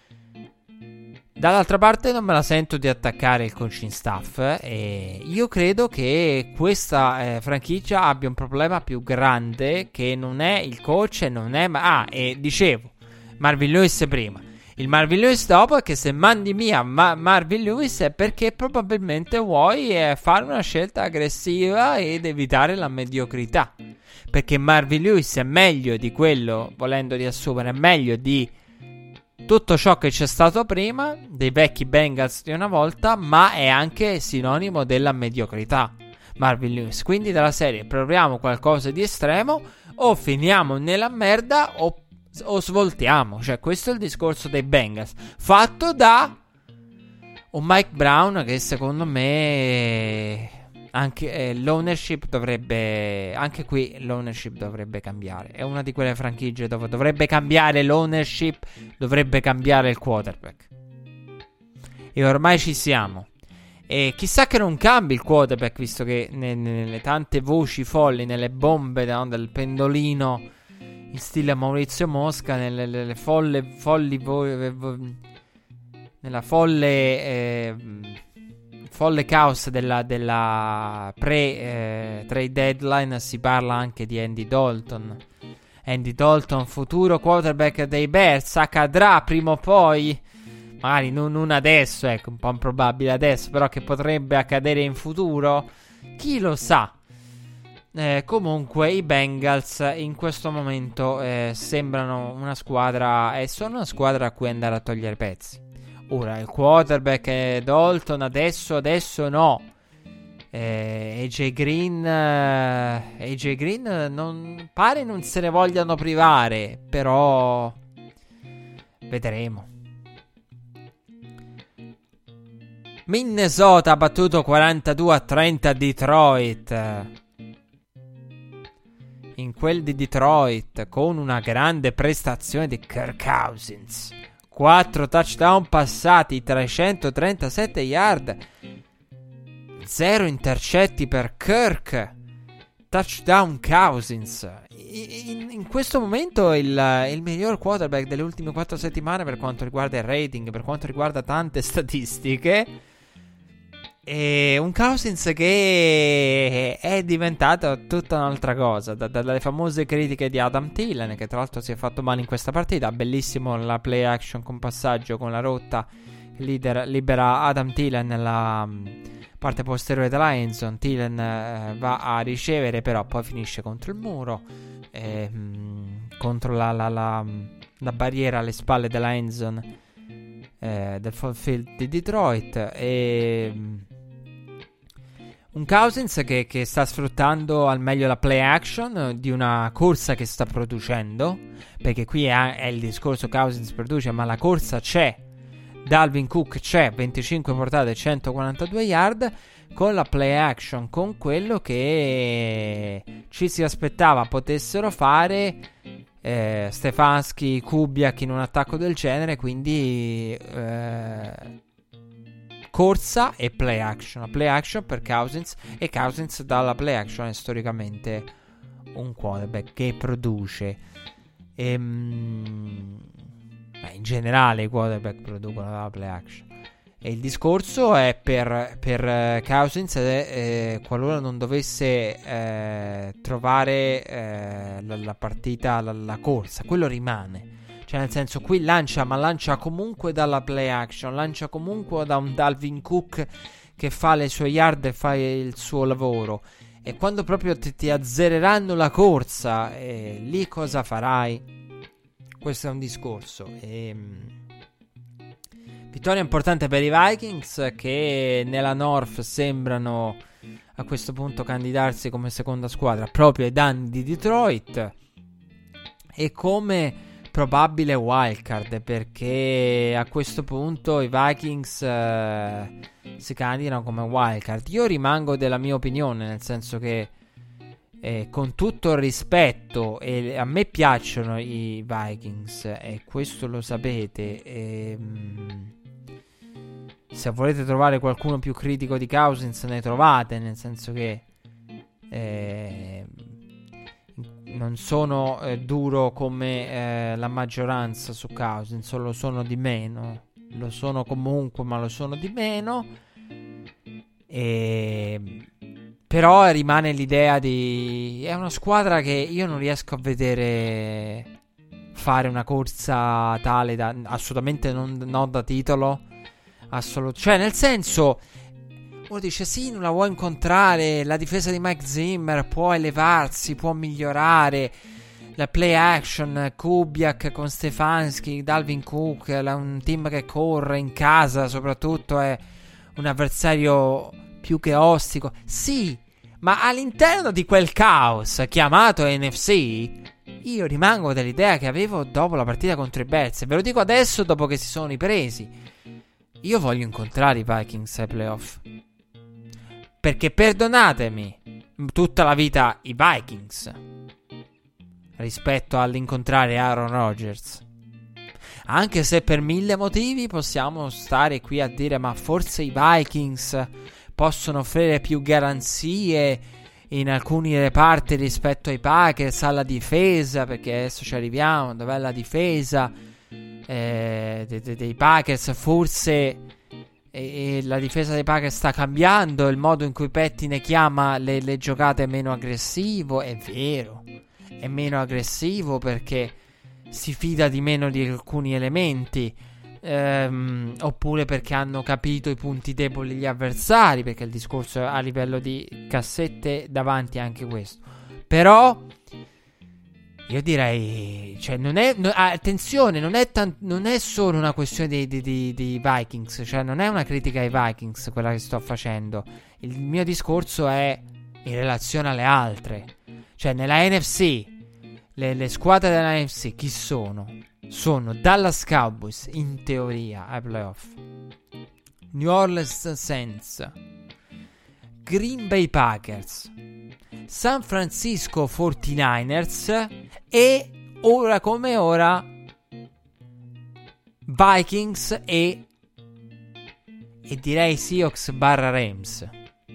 Dall'altra parte non me la sento di attaccare il coaching staff, e io credo che questa eh, franchigia abbia un problema più grande, che non è il coach e non è ma- ah e dicevo Marvin Lewis prima, il Marvin Lewis dopo, è che se mandi via Ma- Marvin Lewis è perché probabilmente vuoi eh, fare una scelta aggressiva ed evitare la mediocrità, perché Marvin Lewis è meglio di quello, volendo riassumere, è meglio di tutto ciò che c'è stato prima, dei vecchi Bengals di una volta, ma è anche sinonimo della mediocrità Marvin Lewis. Quindi dalla serie proviamo qualcosa di estremo, o finiamo nella merda o, o svoltiamo. Cioè questo è il discorso dei Bengals, fatto da un Mike Brown che secondo me anche eh, l'ownership dovrebbe, anche qui l'ownership dovrebbe cambiare. È una di quelle franchigie dove dovrebbe cambiare l'ownership, dovrebbe cambiare il quarterback. E ormai ci siamo. E chissà che non cambi il quarterback, visto che nelle, nelle tante voci folli, nelle bombe, no, del pendolino in stile Maurizio Mosca, nelle, nelle folle, folli vo- vo- nella folle eh, folle caos della, della pre eh, trade deadline si parla anche di Andy Dalton. Andy Dalton, futuro quarterback dei Bears, accadrà prima o poi, magari non, non adesso, ecco, un po' improbabile adesso, però che potrebbe accadere in futuro, chi lo sa. Eh, comunque i Bengals in questo momento eh, sembrano una squadra, e eh, sono una squadra a cui andare a togliere pezzi. Ora il quarterback è Dalton, adesso adesso no. eh, A J Green eh, A J Green non pare non se ne vogliano privare, però vedremo. Minnesota ha battuto quarantadue a trenta Detroit. In quel di Detroit, con una grande prestazione di Kirk Cousins, quattro touchdown passati, trecentotrentasette yard, zero intercetti per Kirk, touchdown Cousins. In, in questo momento il, il miglior quarterback delle ultime quattro settimane per quanto riguarda il rating, per quanto riguarda tante statistiche. E un Cousins che è diventato tutta un'altra cosa, da, dalle famose critiche di Adam Thielen, che tra l'altro si è fatto male in questa partita. Bellissimo la play action con passaggio con la rotta, leader, libera Adam Thielen nella parte posteriore della endzone. Thielen eh, va a ricevere, però poi finisce contro il muro, eh, mh, contro la, la, la, la barriera alle spalle della endzone eh, del full field di Detroit. E mh, un Cousins che, che sta sfruttando al meglio la play action di una corsa che sta producendo, perché qui è, è il discorso Cousins produce, ma la corsa c'è. Dalvin Cook c'è, venticinque portate, centoquarantadue yard, con la play action, con quello che ci si aspettava potessero fare eh, Stefanski, Kubiak in un attacco del genere, quindi eh, corsa e play action. La play action per Cousins, e Cousins dalla play action è storicamente un quarterback che produce. Ehm, in generale i quarterback producono dalla play action. E il discorso è per, per Cousins, eh, qualora non dovesse eh, trovare eh, la, la partita, la, la corsa, quello rimane. Cioè nel senso, qui lancia, ma lancia comunque dalla play action, lancia comunque da un Dalvin Cook che fa le sue yard e fa il suo lavoro. E quando proprio ti, ti azzereranno la corsa, eh, lì cosa farai? Questo è un discorso. E, vittoria importante per i Vikings, che nella North sembrano a questo punto candidarsi come seconda squadra proprio ai danni di Detroit e come probabile wildcard, perché a questo punto i Vikings eh, si candidano come wildcard. Io rimango della mia opinione, nel senso che eh, con tutto il rispetto, e a me piacciono i Vikings e questo lo sapete, e, mh, se volete trovare qualcuno più critico di Cousins ne trovate, nel senso che eh, non sono eh, duro come eh, la maggioranza su Cousins, lo sono di meno, lo sono comunque, ma lo sono di meno. E però rimane l'idea di, è una squadra che io non riesco a vedere fare una corsa tale da, assolutamente non, non da titolo, assolut- cioè nel senso, uno dice sì, non la vuoi incontrare, la difesa di Mike Zimmer può elevarsi, può migliorare, la play action, Kubiak con Stefanski, Dalvin Cook, la, un team che corre in casa soprattutto, è un avversario più che ostico, sì, ma all'interno di quel caos chiamato N F C io rimango dell'idea che avevo dopo la partita contro i Bears, e ve lo dico adesso dopo che si sono ripresi. Io voglio incontrare i Vikings ai playoff, perché perdonatemi, tutta la vita i Vikings rispetto all'incontrare Aaron Rodgers. Anche se per mille motivi possiamo stare qui a dire ma forse i Vikings possono offrire più garanzie in alcuni reparti rispetto ai Packers, alla difesa, perché adesso ci arriviamo, dov'è la difesa eh, dei, dei, dei Packers, forse e, e la difesa dei Packers sta cambiando, il modo in cui Petty ne chiama le, le giocate è meno aggressivo, è vero, è meno aggressivo perché si fida di meno di alcuni elementi, ehm, oppure perché hanno capito i punti deboli degli avversari, perché il discorso a livello di cassette davanti è anche questo. Però io direi, cioè non è, no, attenzione, non è, tan- non è solo una questione dei, dei, dei, dei Vikings, cioè non è una critica ai Vikings quella che sto facendo. Il mio discorso è in relazione alle altre, cioè nella N F C Le, le squadre della N F C chi sono? Sono Dallas Cowboys in teoria ai playoff, New Orleans Saints, Green Bay Packers, San Francisco quarantanovers e ora come ora Vikings e e direi Seahawks barra Rams,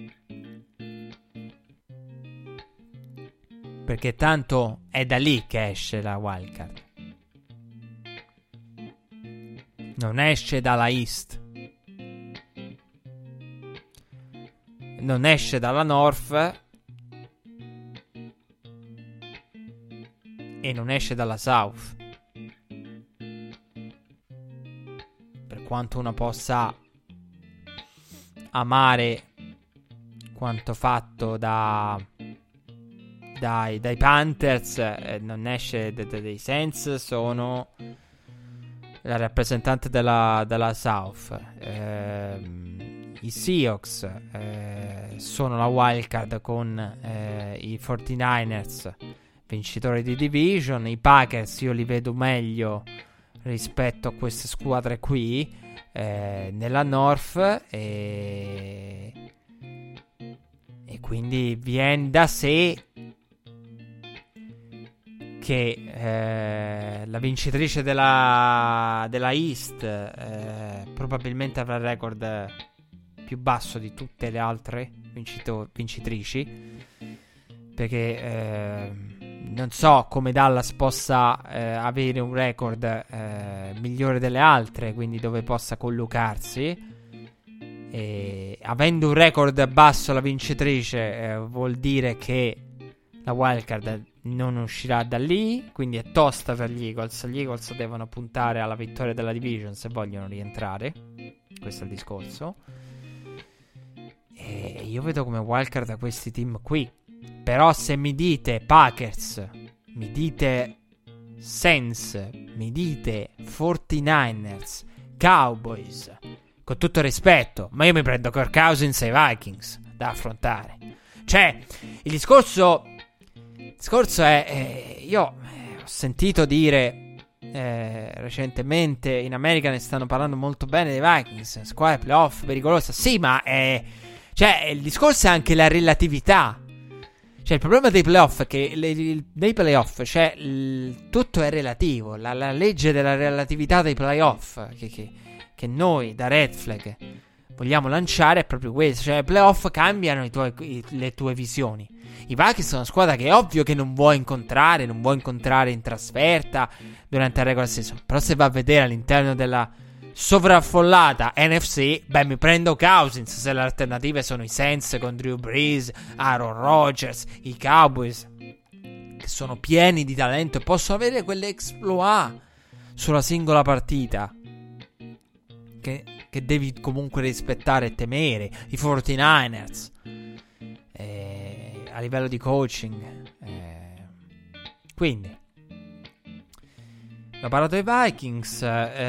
perché tanto è da lì che esce la wildcard, non esce dalla East, non esce dalla North e non esce dalla South, per quanto uno possa amare quanto fatto da Dai, dai Panthers, eh, non esce d- d- dei Saints, sono la rappresentante della, della South. Eh, I Seahawks eh, sono la wildcard con eh, i quarantanovers, vincitori di division. I Packers io li vedo meglio rispetto a queste squadre qui eh, nella North e, e quindi viene da sé che eh, la vincitrice della, della East eh, probabilmente avrà il record più basso di tutte le altre vincito- vincitrici, perché eh, non so come Dallas possa eh, avere un record eh, migliore delle altre, quindi dove possa collocarsi, e avendo un record basso la vincitrice eh, vuol dire che la wildcard non uscirà da lì, quindi è tosta per gli Eagles. Gli Eagles devono puntare alla vittoria della division se vogliono rientrare, questo è il discorso, e io vedo come wildcard da questi team qui. Però se mi dite Packers, mi dite Saints, mi dite quarantanovers, Cowboys, con tutto rispetto, ma io mi prendo Kirk Cousins e i Vikings da affrontare. Cioè il discorso Il discorso è, eh, io eh, ho sentito dire eh, recentemente in America ne stanno parlando molto bene dei Vikings, squadra playoff pericolosa. Sì, ma eh, cioè il discorso è anche la relatività. Cioè il problema dei playoff è che le, le, nei playoff cioè il, tutto è relativo. La, la legge della relatività dei playoff che, che, che noi da Red Flag vogliamo lanciare è proprio questo. Cioè i playoff cambiano i tuoi, i, le tue visioni. I Vikings sono una squadra che è ovvio che non vuoi incontrare, non vuoi incontrare in trasferta durante la regular season. Però se va a vedere all'interno della sovraffollata N F C, beh, mi prendo Cousins se le alternative sono i Saints con Drew Brees, Aaron Rodgers, i Cowboys, che sono pieni di talento e possono avere quelle exploit sulla singola partita che, che devi comunque rispettare e temere. I quarantanovers eh, a livello di coaching eh. Quindi ho parlato dei Vikings,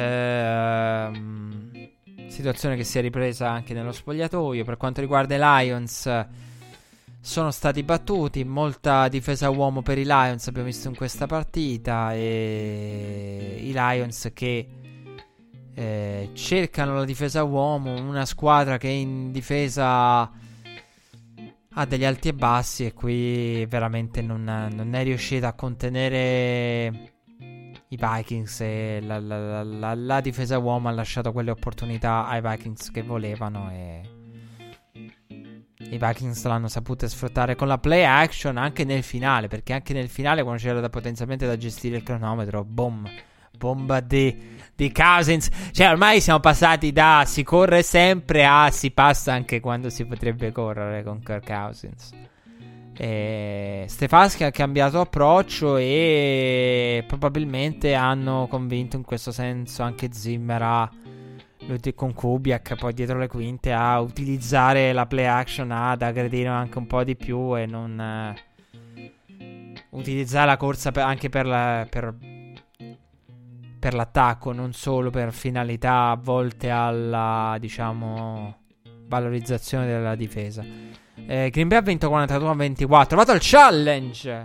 ehm, situazione che si è ripresa anche nello spogliatoio. Per quanto riguarda i Lions, sono stati battuti, molta difesa uomo per i Lions abbiamo visto in questa partita, e i Lions che eh, cercano la difesa uomo, una squadra che in difesa ha degli alti e bassi, e qui veramente non, non è riuscita a contenere i Vikings, e la, la, la, la, la difesa uomo ha lasciato quelle opportunità ai Vikings che volevano, e i Vikings l'hanno sapute sfruttare con la play action anche nel finale, perché anche nel finale, quando c'era da, potenzialmente da gestire il cronometro, boom, bomba di, di Cousins. Cioè ormai siamo passati da si corre sempre a si passa anche quando si potrebbe correre con Kirk Cousins. E Stefanski ha cambiato approccio, e probabilmente hanno convinto in questo senso anche Zimmer a, con Kubiak poi dietro le quinte, a utilizzare la play action, ad aggredire anche un po' di più e non eh, utilizzare la corsa per, anche per, la, per, per l'attacco, non solo per finalità volte alla, diciamo, valorizzazione della difesa. eh, Green Bay ha vinto quarantadue a ventiquattro. Vado al challenge.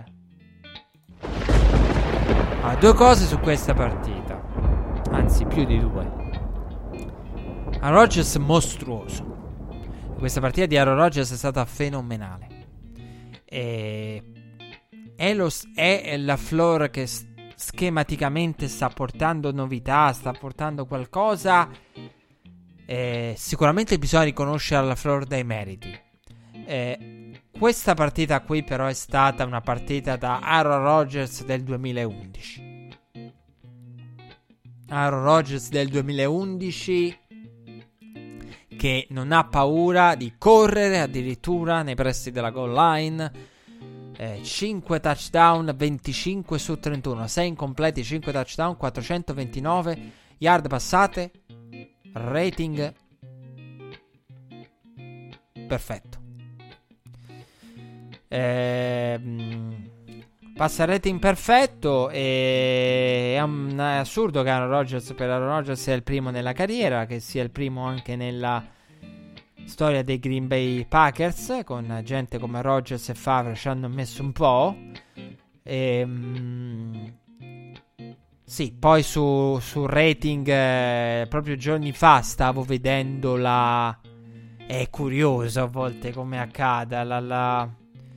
Ah, due cose su questa partita, anzi più di due. Aaron Rodgers mostruoso. Questa partita di Aaron Rodgers è stata fenomenale. E è, lo, è la Floor che s- schematicamente sta portando novità, sta portando qualcosa. E sicuramente bisogna riconoscere alla Floor dei meriti. E questa partita qui però è stata una partita da Aaron Rodgers del duemilaundici. Aaron Rodgers del duemilaundici che non ha paura di correre addirittura nei pressi della goal line. eh, cinque touchdown, venticinque su trentuno, sei incompleti, cinque touchdown, quattrocentoventinove yard passate, rating perfetto. eh, Passa rating perfetto, e è, un, è assurdo che Aaron Rodgers, per Aaron Rodgers sia il primo nella carriera, che sia il primo anche nella storia dei Green Bay Packers, con gente come Rodgers e Favre ci hanno messo un po'. E, mm, sì, poi su, su rating, eh, proprio giorni fa stavo vedendo la... È curioso a volte come accada, la... la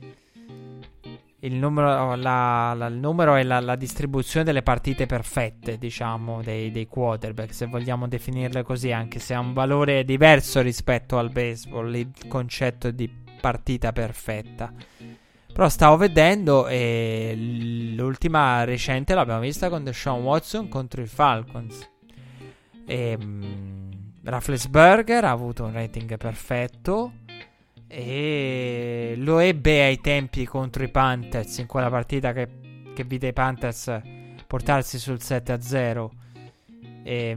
Il numero, la, la, il numero è la, la distribuzione delle partite perfette, diciamo, dei, dei quarterback, se vogliamo definirle così, anche se ha un valore diverso rispetto al baseball, il concetto di partita perfetta. Però stavo vedendo, e l'ultima recente l'abbiamo vista con Deshaun Watson contro i Falcons. E um, Roethlisberger ha avuto un rating perfetto, e lo ebbe ai tempi contro i Panthers, in quella partita che, che vide i Panthers portarsi sul sette a zero e,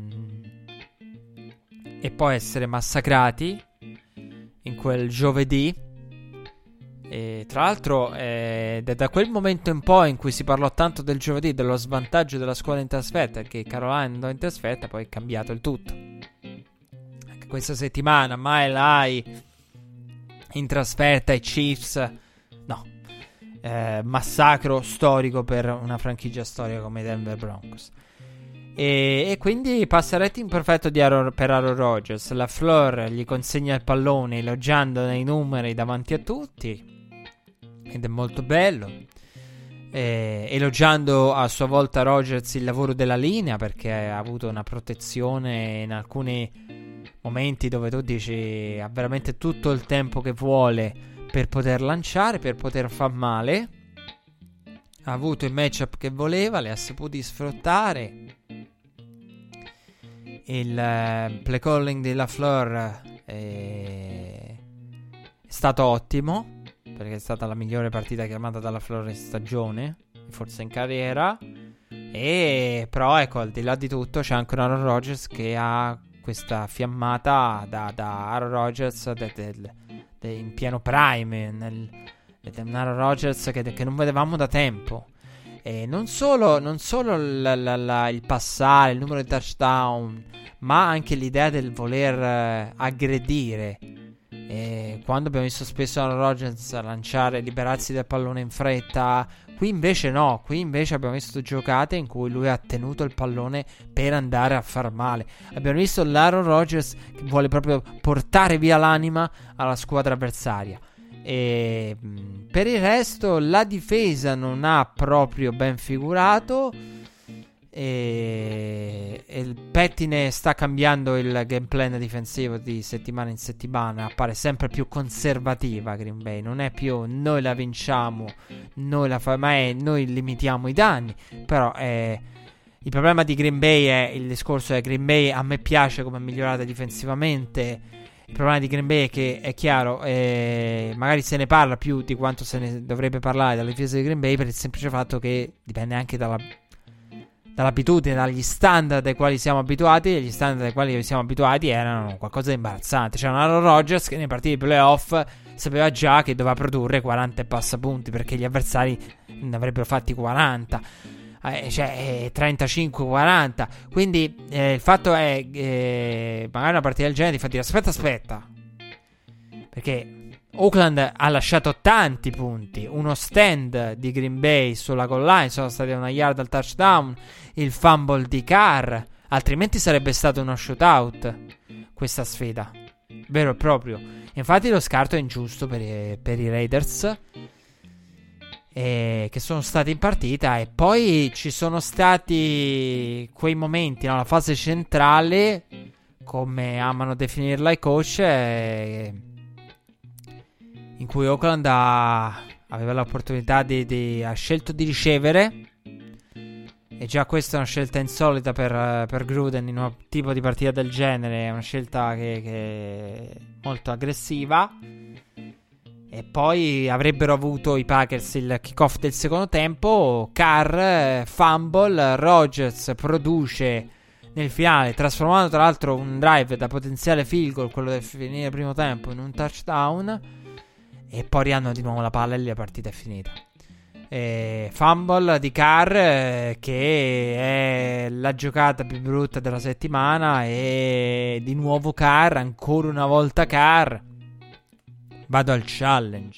e poi essere massacrati in quel giovedì. E tra l'altro eh, da quel momento in poi in cui si parlò tanto del giovedì, dello svantaggio della squadra in trasferta, che Carolina andò in trasferta, poi è cambiato il tutto. Anche questa settimana Mile High in trasferta ai Chiefs, no, eh, massacro storico per una franchigia storica come i Denver Broncos. E, e quindi passa rating perfetto di Aaron, per Aaron Rodgers. La Floor gli consegna il pallone elogiando nei numeri davanti a tutti, ed è molto bello. E, elogiando a sua volta Rodgers il lavoro della linea, perché ha avuto una protezione in alcuni momenti dove tu dici ha veramente tutto il tempo che vuole per poter lanciare, per poter far male. Ha avuto il matchup che voleva, le ha saputi sfruttare. Il uh, play calling di LaFleur è... è stato ottimo, perché è stata la migliore partita chiamata dalla LaFleur in stagione, forse in carriera. E però ecco, al di là di tutto c'è anche un Aaron Rodgers che ha questa fiammata da, da Aaron Rodgers de, de, de, in pieno prime, nel, de, un Aaron Rodgers che, che non vedevamo da tempo. E non solo, non solo la, la, la, il passare, il numero di touchdown, ma anche l'idea del voler eh, aggredire. E quando abbiamo visto spesso Aaron Rodgers lanciare, liberarsi del pallone in fretta, qui invece no, qui invece abbiamo visto giocate in cui lui ha tenuto il pallone per andare a far male. Abbiamo visto l'Aaron Rodgers che vuole proprio portare via l'anima alla squadra avversaria. E mh, per il resto la difesa non ha proprio ben figurato. E, e il pettine sta cambiando il game plan difensivo di settimana in settimana. Appare sempre più conservativa Green Bay. Non è più noi la vinciamo, noi la fa, ma è noi limitiamo i danni. Però è, il problema di Green Bay è il discorso è Green Bay a me piace come è migliorata difensivamente. Il problema di Green Bay è che è chiaro, eh, magari se ne parla più di quanto se ne dovrebbe parlare dalla difesa di Green Bay, per il semplice fatto che dipende anche dalla dall'abitudine, dagli standard ai quali siamo abituati. E gli standard ai quali siamo abituati erano qualcosa di imbarazzante. C'era un Aaron Rodgers che nei partiti di playoff sapeva già che doveva produrre quaranta e passa punti, perché gli avversari ne avrebbero fatti quaranta, eh, cioè eh, trentacinque quaranta. Quindi eh, il fatto è eh, magari una partita del genere ti fa dire aspetta aspetta, perché Oakland ha lasciato tanti punti. Uno stand di Green Bay sulla goal line, sono stati una yard al touchdown, il fumble di Carr, altrimenti sarebbe stato uno shootout questa sfida, vero e proprio. Infatti lo scarto è ingiusto per i, per i Raiders, eh, che sono stati in partita. E poi ci sono stati quei momenti, no? La fase centrale, come amano definirla i coach, eh, in cui Oakland ha, aveva l'opportunità di, di ha scelto di ricevere, e già questa è una scelta insolita per, per Gruden in un tipo di partita del genere. È una scelta che, che è molto aggressiva. E poi avrebbero avuto i Packers il kickoff del secondo tempo. Carr fumble, Rodgers produce nel finale, trasformando tra l'altro un drive da potenziale field goal, quello del finire il primo tempo, in un touchdown. E poi rihanno di nuovo la palla e la partita è finita. E fumble di Carr, eh, che è la giocata più brutta della settimana. E di nuovo Carr, ancora una volta Carr. Vado al challenge.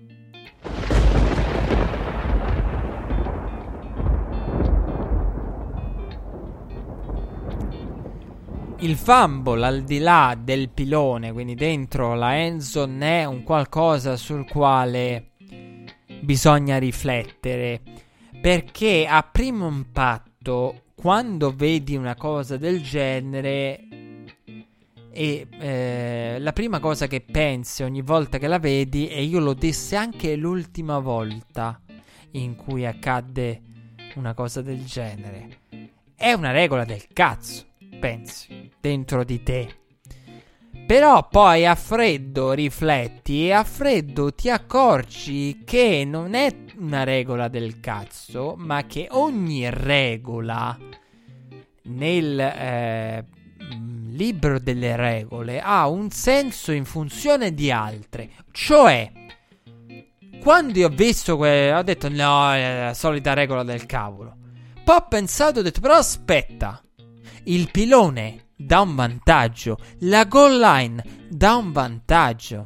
Il fumble al di là del pilone, quindi dentro la end zone, è un qualcosa sul quale bisogna riflettere, perché a primo impatto, quando vedi una cosa del genere, e eh, la prima cosa che pensi ogni volta che la vedi, e io lo dissi anche l'ultima volta in cui accadde una cosa del genere, è una regola del cazzo. Pensi dentro di te, però poi a freddo rifletti e a freddo ti accorgi che non è una regola del cazzo, ma che ogni regola nel eh, libro delle regole ha un senso in funzione di altre. Cioè, quando io ho visto que- ho detto no, è la solita regola del cavolo. Poi ho pensato, ho detto però aspetta, il pilone dà un vantaggio, la goal line dà un vantaggio.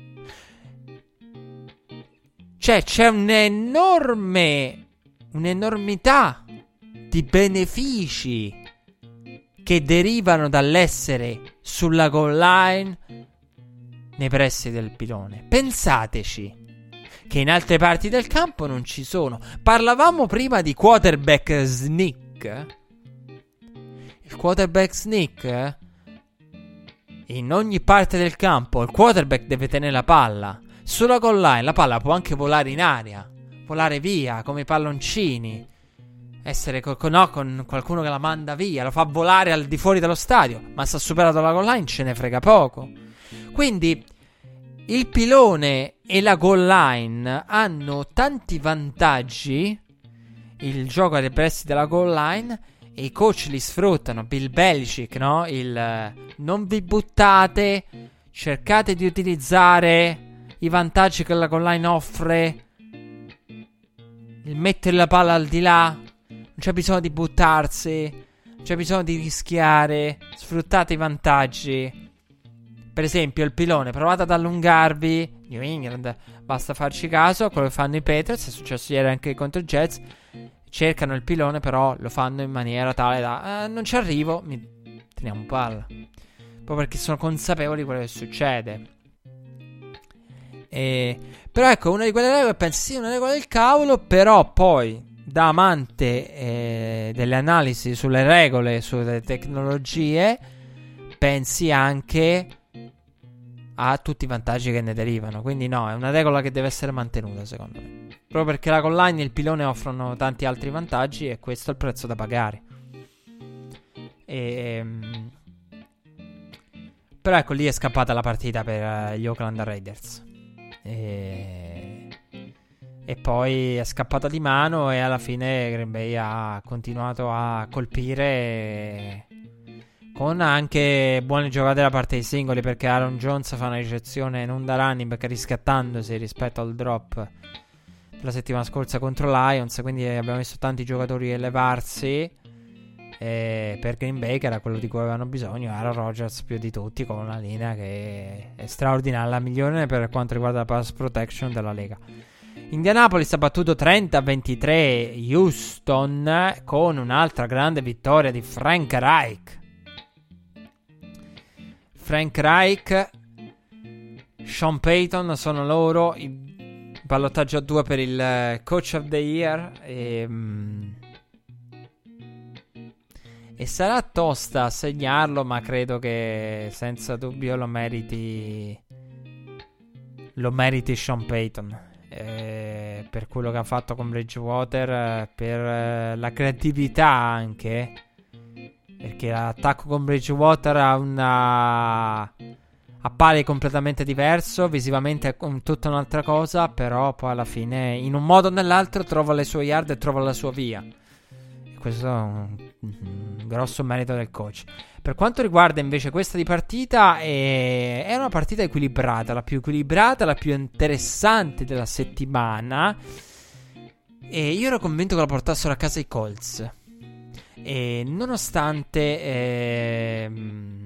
Cioè c'è un'enorme, un'enormità di benefici che derivano dall'essere sulla goal line nei pressi del pilone. Pensateci, che in altre parti del campo non ci sono. Parlavamo prima di quarterback sneak. Il quarterback sneak, eh? In ogni parte del campo il quarterback deve tenere la palla. Sulla goal line la palla può anche volare in aria, volare via come i palloncini, essere co- co- no, con qualcuno che la manda via, lo fa volare al di fuori dello stadio, ma se ha superato la goal line ce ne frega poco. Quindi il pilone e la goal line hanno tanti vantaggi, il gioco ai pressi della goal line, e i coach li sfruttano. Bill Belichick, no? Il non vi buttate, cercate di utilizzare i vantaggi che la goal line offre, il mettere la palla al di là, non c'è bisogno di buttarsi, non c'è bisogno di rischiare, sfruttate i vantaggi. Per esempio il pilone, provate ad allungarvi. New England, basta farci caso a quello che fanno i Patriots, è successo ieri anche contro i Jets. Cercano il pilone, però lo fanno in maniera tale da eh, non ci arrivo, mi teniamo palla, proprio perché sono consapevoli di quello che succede. E, però ecco, una di quelle regole pensi sì, una regola del cavolo, però poi da amante eh, delle analisi sulle regole, sulle tecnologie, pensi anche a tutti i vantaggi che ne derivano. Quindi no, è una regola che deve essere mantenuta, secondo me, proprio perché la online e il pilone offrono tanti altri vantaggi e questo è il prezzo da pagare. E, um, però ecco, lì è scappata la partita per uh, gli Oakland Raiders e, e poi è scappata di mano e alla fine Green Bay ha continuato a colpire e, con anche buone giocate da parte dei singoli, perché Aaron Jones fa una ricezione non da running back riscattandosi rispetto al drop la settimana scorsa contro Lions, quindi abbiamo visto tanti giocatori elevarsi eh, per Green Bay, che era quello di cui avevano bisogno. Aaron Rodgers più di tutti, con una linea che è straordinaria, la migliore per quanto riguarda la pass protection della Lega. Indianapolis ha battuto trenta a ventitré Houston con un'altra grande vittoria di Frank Reich. Frank Reich, Sean Payton sono loro, il ballottaggio a due per il Coach of the Year e, e sarà tosta a segnarlo, ma credo che senza dubbio lo meriti lo meriti Sean Payton eh, per quello che ha fatto con Bridgewater, per la creatività anche, perché l'attacco con Bridgewater ha una appare completamente diverso, visivamente è tutta un'altra cosa, però poi alla fine in un modo o nell'altro trova le sue yard e trova la sua via, e questo è un, un grosso merito del coach. Per quanto riguarda invece questa di partita, è, è una partita equilibrata, la più equilibrata, la più interessante della settimana, e io ero convinto che la portassero a casa i Colts. E nonostante ehm,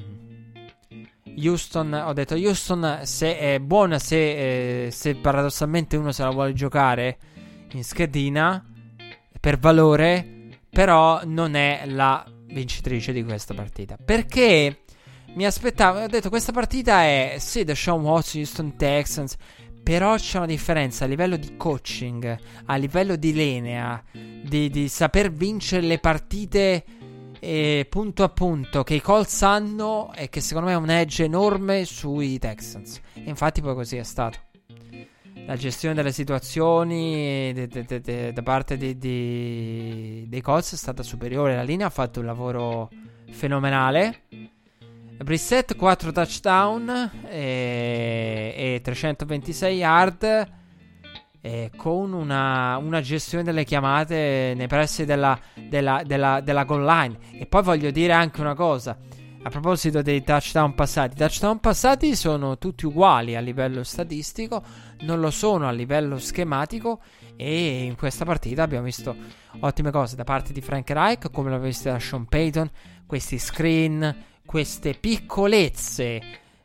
Houston, ho detto Houston se è buona, se, eh, se paradossalmente uno se la vuole giocare in schedina per valore, però non è la vincitrice di questa partita, perché mi aspettavo, ho detto questa partita è sì Deshaun Watson, Houston Texans, però c'è una differenza a livello di coaching, a livello di linea, di, di saper vincere le partite eh, punto a punto, che i Colts hanno e che secondo me è un edge enorme sui Texans. E infatti poi così è stato. La gestione delle situazioni de, de, de, de, da parte di, di, dei Colts è stata superiore. La linea ha fatto un lavoro fenomenale. Brissett quattro touchdown e, e trecentoventisei yard e con una, una gestione delle chiamate nei pressi della, della, della, della goal line. E poi voglio dire anche una cosa a proposito dei touchdown passati. I touchdown passati sono tutti uguali a livello statistico, non lo sono a livello schematico, e in questa partita abbiamo visto ottime cose da parte di Frank Reich, come l'abbiamo visto da Sean Payton, questi screen, queste piccolezze,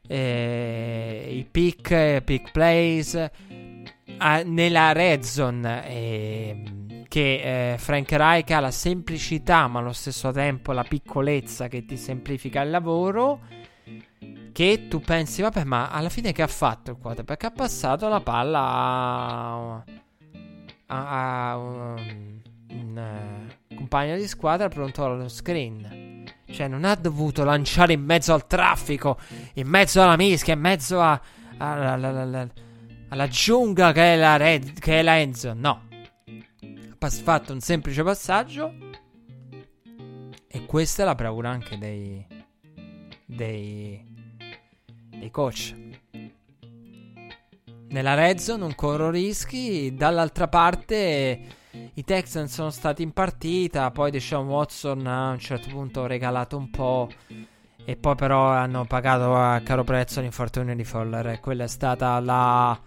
eh, i pick, pick plays eh, nella red zone, eh, che eh, Frank Reich ha la semplicità ma allo stesso tempo la piccolezza che ti semplifica il lavoro, che tu pensi vabbè, ma alla fine che ha fatto il quarterback? Ha passato la palla a, a, a un, un uh, compagno di squadra pronto allo screen. Cioè non ha dovuto lanciare in mezzo al traffico, in mezzo alla mischia, in mezzo a, a, a, a, a, alla giungla che è la, red, che è la end zone. No, ha fatto un semplice passaggio, e questa è la bravura anche dei dei, dei coach. Nella red zone non corro rischi, dall'altra parte i Texans sono stati in partita, poi Deshaun Watson a un certo punto ha regalato un po', e poi però hanno pagato a caro prezzo l'infortunio di Fowler, e quella è stata la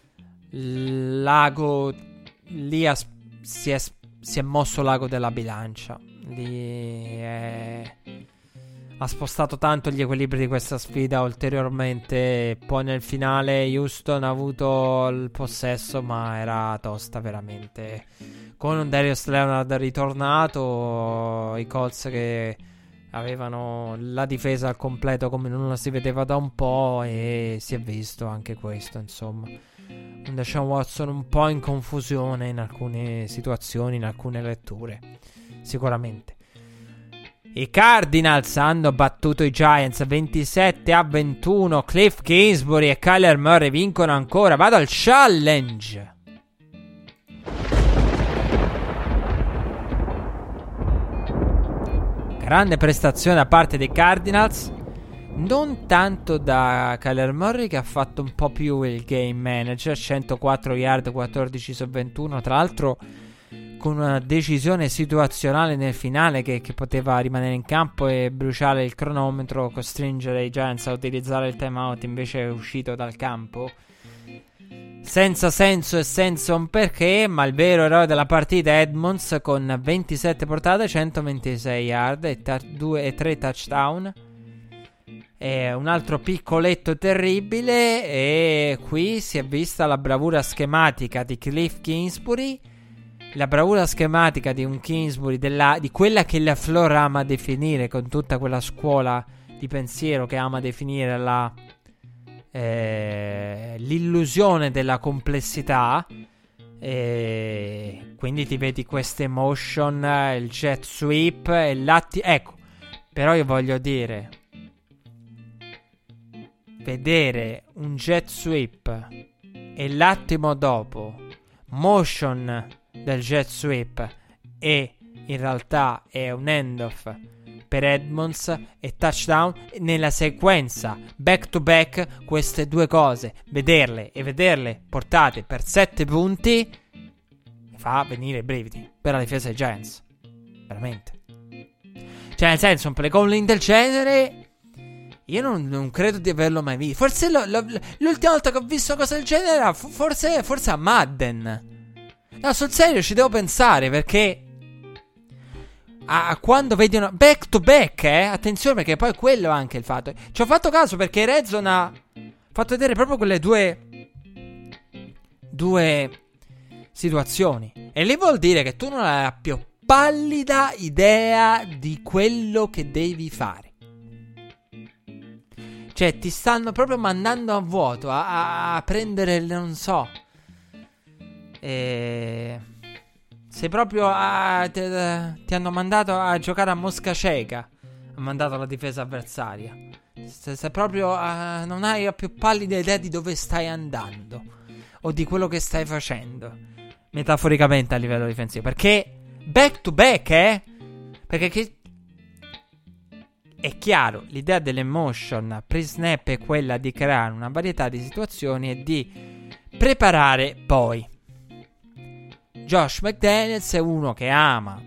l'ago lì ha, si, è, si è mosso l'ago della bilancia, lì è, ha spostato tanto gli equilibri di questa sfida ulteriormente. Poi nel finale Houston ha avuto il possesso, ma era tosta veramente, con un Darius Leonard ritornato, i Colts che avevano la difesa al completo come non la si vedeva da un po', e si è visto anche questo, insomma. un Deshaun Watson un po' in confusione in alcune situazioni, in alcune letture, sicuramente. I Cardinals hanno battuto i Giants ventisette a ventuno. Cliff Kingsbury e Kyler Murray vincono ancora. Vado al challenge. Grande prestazione da parte dei Cardinals. Non tanto da Kyler Murray, che ha fatto un po' più il game manager, centoquattro yard, quattordici su ventuno. Tra l'altro con una decisione situazionale nel finale che, che poteva rimanere in campo e bruciare il cronometro, costringere i Giants a utilizzare il timeout, invece è uscito dal campo. Senza senso e senza un perché, ma il vero eroe della partita è Edmonds con ventisette portate, centoventisei yard e, ta- due e tre touchdown. E un altro piccoletto terribile, e qui si è vista la bravura schematica di Cliff Kingsbury. La bravura schematica di un Kingsbury, della, di quella che la Flor ama definire, con tutta quella scuola di pensiero che ama definire la, eh, l'illusione della complessità. E quindi ti vedi queste motion, il jet sweep e l'atti. Ecco, però io voglio dire, vedere un jet sweep e l'attimo dopo motion del jet sweep e in realtà è un handoff per Edmonds e touchdown nella sequenza back to back, queste due cose, vederle e vederle portate per sette punti fa venire i brividi per la difesa dei Giants, veramente. Cioè, nel senso, un play calling del genere io non, non credo di averlo mai visto. Forse lo, lo, l'ultima volta che ho visto una cosa del genere era forse, forse a Madden. No, sul serio ci devo pensare, perché a, a quando vedi una back to back, eh, attenzione, perché poi quello è anche il fatto. Ci ho fatto caso perché Red Zone ha fatto vedere proprio quelle due due situazioni, e lì vuol dire che tu non hai la più pallida idea di quello che devi fare. Cioè ti stanno proprio mandando a vuoto, a, a, a prendere, non so, E... sei proprio a... ti, ti hanno mandato a giocare a mosca cieca. Ha mandato la difesa avversaria. Sei, sei proprio a... non hai la più pallida idea di dove stai andando o di quello che stai facendo, metaforicamente a livello difensivo. Perché back to back, eh? Perché che... è chiaro, l'idea dell'emotion pre-snap è quella di creare una varietà di situazioni e di preparare poi. Josh McDaniels è uno che ama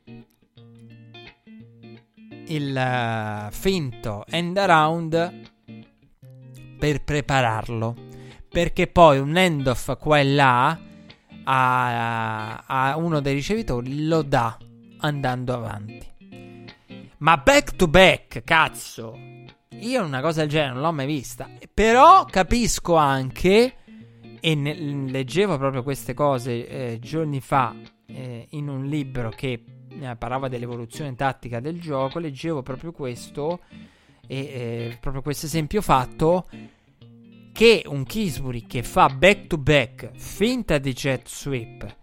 il uh, finto end around per prepararlo, perché poi un handoff qua e là a, a uno dei ricevitori lo dà andando avanti. Ma back to back, cazzo, io una cosa del genere non l'ho mai vista. Però capisco anche, e ne, leggevo proprio queste cose eh, giorni fa eh, in un libro che eh, parlava dell'evoluzione tattica del gioco. Leggevo proprio questo e eh, proprio questo esempio fatto, che un Kingsbury che fa back to back, finta di jet sweep,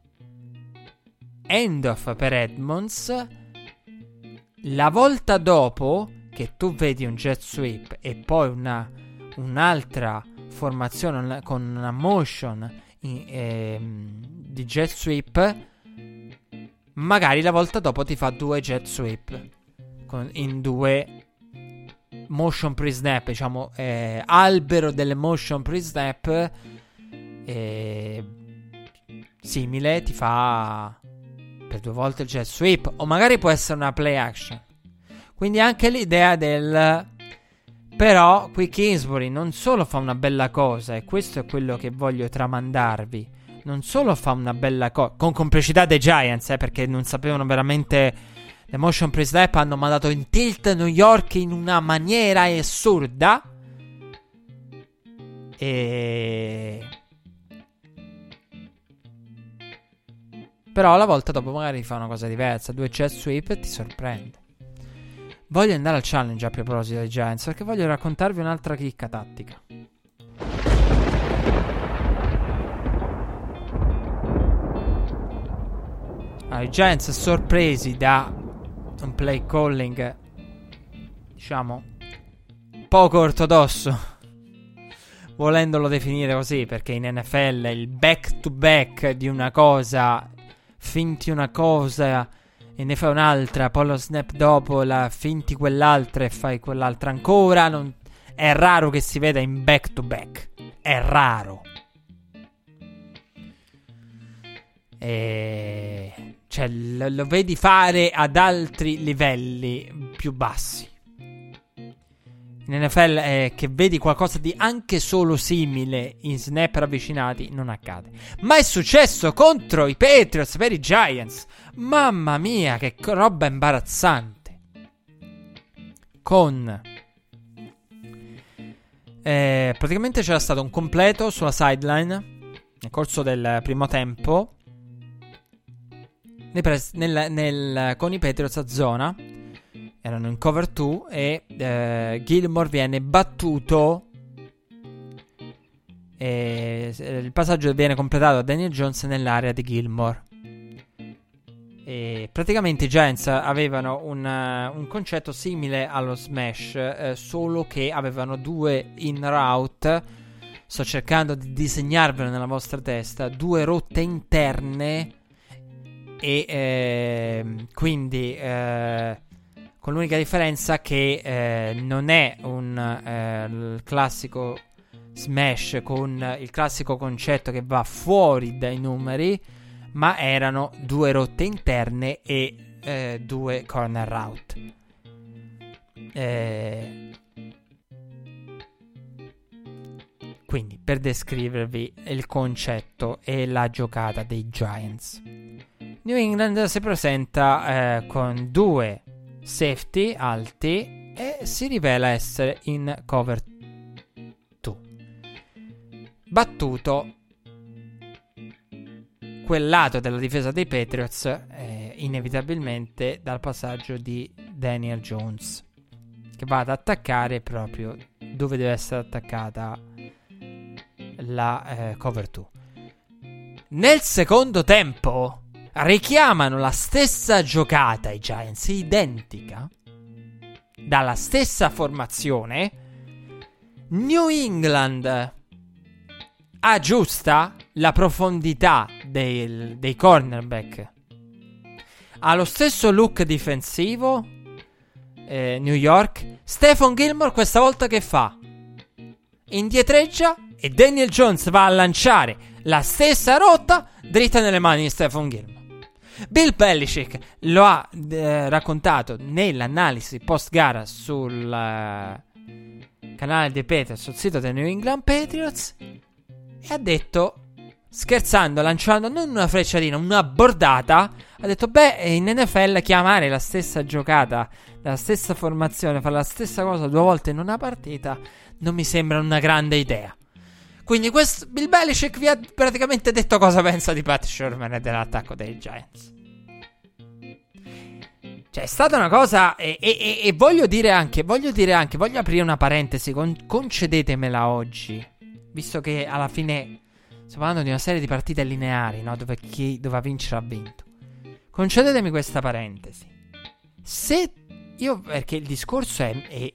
handoff per Edmonds, la volta dopo che tu vedi un jet sweep e poi una, un'altra formazione con una motion in, ehm, di jet sweep, magari la volta dopo ti fa due jet sweep con, in due motion pre-snap, diciamo eh, albero delle motion pre-snap eh, simile, ti fa per due volte il jet sweep, o magari può essere una play action. Quindi anche l'idea del... Però qui Kingsbury non solo fa una bella cosa, e questo è quello che voglio tramandarvi, non solo fa una bella cosa, con complicità dei Giants, eh, perché non sapevano veramente, le motion pre-snap hanno mandato in tilt New York in una maniera assurda, e... però la volta dopo magari fa una cosa diversa, due jet sweep e ti sorprende. Voglio andare al challenge a proposito dei Giants, perché voglio raccontarvi un'altra chicca tattica. Allora, i Giants sorpresi da un play calling, diciamo, poco ortodosso, volendolo definire così, perché in N F L il back to back di una cosa, finti una cosa e ne fai un'altra, poi lo snap dopo la finti quell'altra e fai quell'altra ancora, non... è raro che si veda in back to back, è raro. E... cioè lo, lo vedi fare ad altri livelli più bassi. In N F L eh, che vedi qualcosa di anche solo simile in snap ravvicinati non accade. Ma è successo contro i Patriots per i Giants. Mamma mia, che roba imbarazzante. Con eh, praticamente c'era stato un completo sulla sideline nel corso del primo tempo nel, nel, nel, con i Patriots a zona. Erano in cover due e eh, Gilmore viene battuto e il passaggio viene completato da Daniel Jones nell'area di Gilmore. E praticamente i Giants avevano un, uh, un concetto simile allo smash, eh, solo che avevano due in route. Sto cercando di disegnarvelo nella vostra testa, due rotte interne e eh, quindi... Eh, con l'unica differenza che eh, non è un eh, il classico smash con il classico concetto che va fuori dai numeri, ma erano due rotte interne e eh, due corner route. Eh, quindi per descrivervi il concetto e la giocata dei Giants, New England si presenta eh, con due safety alti e si rivela essere in cover due. Battuto quel lato della difesa dei Patriots eh, inevitabilmente dal passaggio di Daniel Jones, che va ad attaccare proprio dove deve essere attaccata la eh, cover due. Nel secondo tempo richiamano la stessa giocata i Giants, identica, dalla stessa formazione. New England aggiusta la profondità dei, dei cornerback, ha lo stesso look difensivo. eh, New York, Stephon Gilmore questa volta che fa? Indietreggia e Daniel Jones va a lanciare la stessa rotta dritta nelle mani di Stephon Gilmore. Bill Belichick lo ha eh, raccontato nell'analisi post gara sul uh, canale dei Patriots, sul sito dei New England Patriots, e ha detto, scherzando, lanciando non una frecciatina, una bordata, ha detto: beh, in N F L chiamare la stessa giocata, la stessa formazione, fare la stessa cosa due volte in una partita non mi sembra una grande idea. Quindi questo Bill Belichick vi ha praticamente detto cosa pensa di Pat Sherman e dell'attacco dei Giants. Cioè è stata una cosa e, e, e voglio dire anche Voglio dire anche Voglio aprire una parentesi, con, concedetemela oggi, visto che alla fine stiamo parlando di una serie di partite lineari, no? Dove chi doveva vincere ha vinto. Concedetemi questa parentesi. Se io, perché il discorso è, è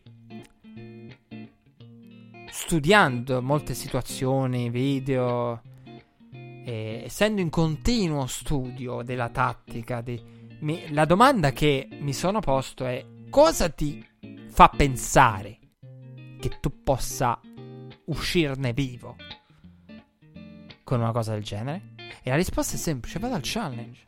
studiando molte situazioni, video, e essendo in continuo studio della tattica, di, mi, la domanda che mi sono posto è: cosa ti fa pensare che tu possa uscirne vivo con una cosa del genere? E la risposta è semplice: vado al challenge.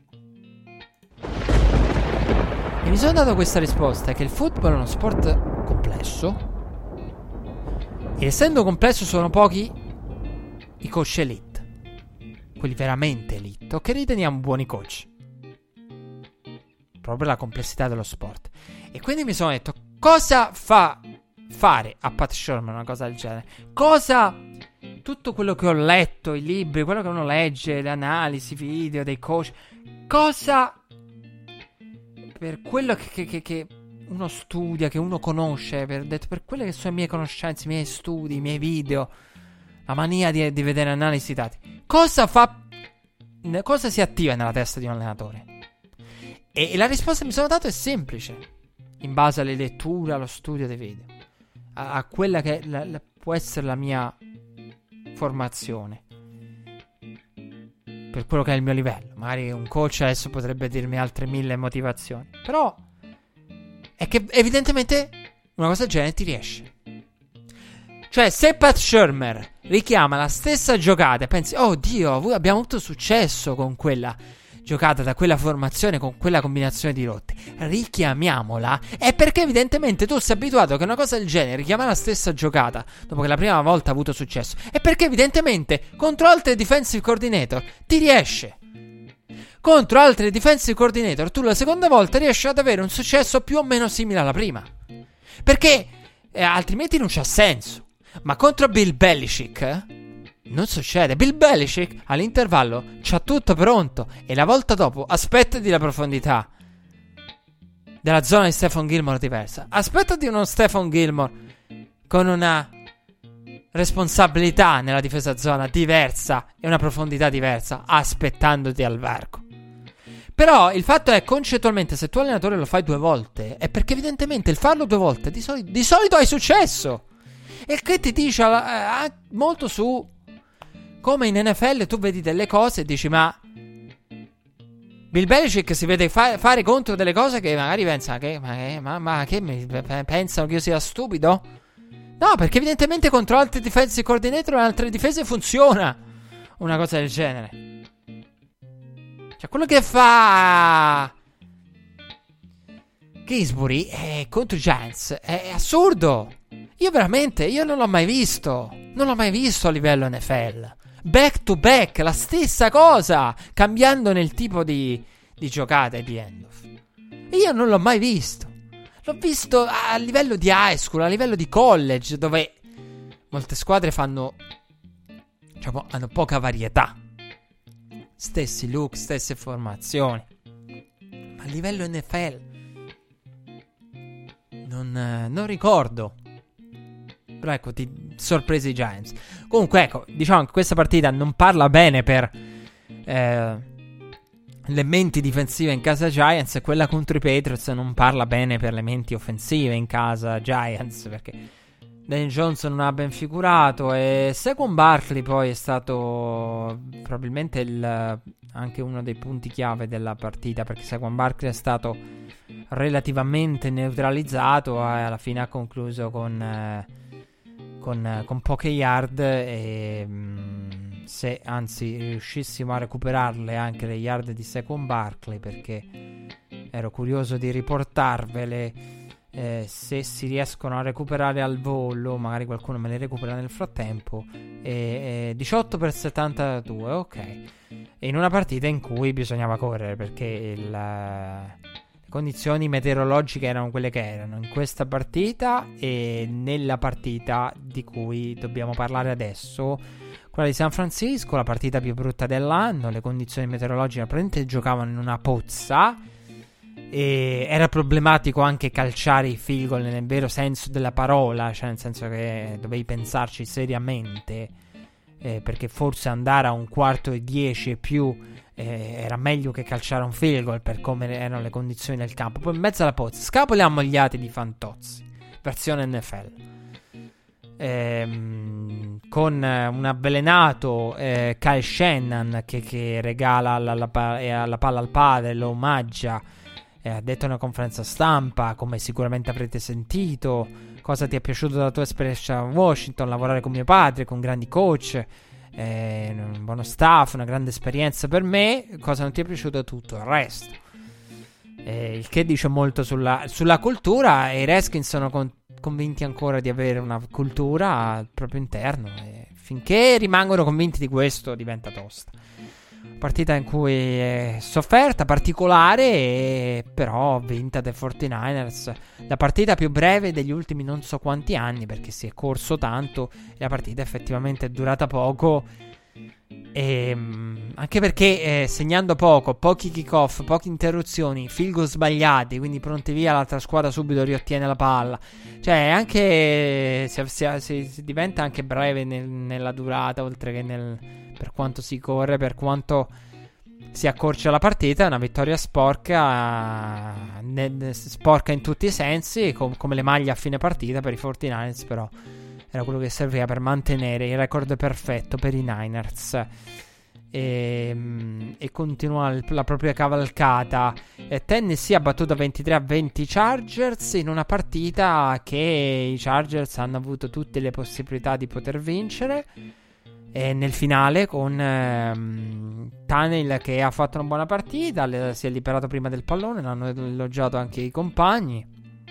E mi sono dato questa risposta, che il football è uno sport complesso, e essendo complesso sono pochi i coach elite, quelli veramente elite, o che riteniamo buoni coach, proprio la complessità dello sport. E quindi mi sono detto: cosa fa fare a Pat Sherman una cosa del genere? Cosa, tutto quello che ho letto, i libri, quello che uno legge, le analisi, video dei coach, cosa, per quello che, che, che, che uno studia, che uno conosce, per, detto, per quelle che sono le mie conoscenze, i miei studi, i miei video, la mania di, di vedere analisi dati, cosa fa, cosa si attiva nella testa di un allenatore? E, e la risposta che mi sono dato è semplice, in base alle letture, allo studio dei video, a, a quella che la, la, può essere la mia formazione, per quello che è il mio livello. Magari un coach adesso potrebbe dirmi altre mille motivazioni, però è che evidentemente una cosa del genere ti riesce. Cioè, se Pat Shurmur richiama la stessa giocata e pensi, oh Dio, voi abbiamo avuto successo con quella giocata, da quella formazione, con quella combinazione di rotte, richiamiamola, è perché evidentemente tu sei abituato che una cosa del genere, richiamare la stessa giocata dopo che la prima volta ha avuto successo, è perché evidentemente contro altri defensive coordinator ti riesce. Contro altri defensive coordinator tu la seconda volta riesci ad avere un successo più o meno simile alla prima, perché eh, altrimenti non c'ha senso. Ma contro Bill Belichick eh, non succede. Bill Belichick all'intervallo c'ha tutto pronto e la volta dopo aspettati la profondità della zona di Stephon Gilmore diversa. Aspettati uno Stephon Gilmore con una responsabilità nella difesa zona diversa e una profondità diversa, aspettandoti al varco. Però il fatto è, concettualmente, se tu allenatore lo fai due volte, è perché evidentemente il farlo due volte di solito, di solito hai successo. E che ti dice eh, molto su come in N F L tu vedi delle cose e dici, ma Bill Belichick si vede fa- fare contro delle cose che magari pensa che ma, che, ma, ma che mi, p- pensano che io sia stupido? No, perché evidentemente contro altri defensive coordinator e altre difese funziona una cosa del genere. Cioè, quello che fa Kingsbury è contro i Giants è, è assurdo. Io veramente, io non l'ho mai visto. Non l'ho mai visto a livello N F L. Back to back, la stessa cosa, cambiando nel tipo di, di giocata e di handoff. Io non l'ho mai visto. L'ho visto a livello di high school, a livello di college, dove molte squadre fanno, diciamo, hanno poca varietà. Stessi look, stesse formazioni. Ma a livello N F L non, non ricordo. Però ecco, ti sorpresi i Giants. Comunque ecco, diciamo che questa partita non parla bene per eh, le menti difensive in casa Giants, e quella contro i Patriots non parla bene per le menti offensive in casa Giants, perché Daniel Jones non ha ben figurato e Saquon Barkley poi è stato probabilmente il, anche uno dei punti chiave della partita, perché Saquon Barkley è stato relativamente neutralizzato e alla fine ha concluso con... Eh, Con, con poche yard e mh, se anzi riuscissimo a recuperarle anche le yard di Saquon Barkley, perché ero curioso di riportarvele, eh, se si riescono a recuperare al volo, magari qualcuno me le recupera nel frattempo, e, e diciotto per settantadue, ok, e in una partita in cui bisognava correre perché il... condizioni meteorologiche erano quelle che erano in questa partita e nella partita di cui dobbiamo parlare adesso, quella di San Francisco, la partita più brutta dell'anno. Le condizioni meteorologiche praticamente giocavano in una pozza e era problematico anche calciare i field goal nel vero senso della parola, cioè nel senso che dovevi pensarci seriamente, eh, perché forse andare a un quarto e dieci e più Eh, era meglio che calciare un field goal per come erano le condizioni del campo. Poi in mezzo alla pozza, scapoli ammogliati di Fantozzi, versione N F L, ehm, con eh, un avvelenato eh, Kyle Shanahan che, che regala alla, alla, alla palla al padre, lo omaggia, eh, ha detto in una conferenza stampa, come sicuramente avrete sentito, cosa ti è piaciuto della tua esperienza a Washington, lavorare con mio padre, con grandi coach, Eh, un buono staff, una grande esperienza per me. Cosa non ti è piaciuto? Tutto il resto, eh, il che dice molto sulla, sulla cultura. E i Redskins sono con, convinti ancora di avere una cultura al proprio interno, e finché rimangono convinti di questo diventa tosta. Partita in cui è sofferta, particolare, e però vinta dai quarantanovers. La partita più breve degli ultimi non so quanti anni, perché si è corso tanto e la partita effettivamente è durata poco. E, anche perché eh, segnando poco, pochi kick-off, poche interruzioni, field goal sbagliati, quindi pronti via, l'altra squadra subito riottiene la palla. Cioè anche si, si, si, si diventa anche breve nel, nella durata, oltre che nel, per quanto si corre, per quanto si accorcia la partita. È una vittoria sporca, ne, sporca in tutti i sensi, com- come le maglie a fine partita per i quarantanovers, però era quello che serviva per mantenere il record perfetto per i Niners e, e continuare la propria cavalcata. eh, Tennessee ha battuto ventitré a venti i Chargers in una partita che i Chargers hanno avuto tutte le possibilità di poter vincere. E nel finale con ehm, Tannehill che ha fatto una buona partita, le, si è liberato prima del pallone, l'hanno elogiato anche i compagni.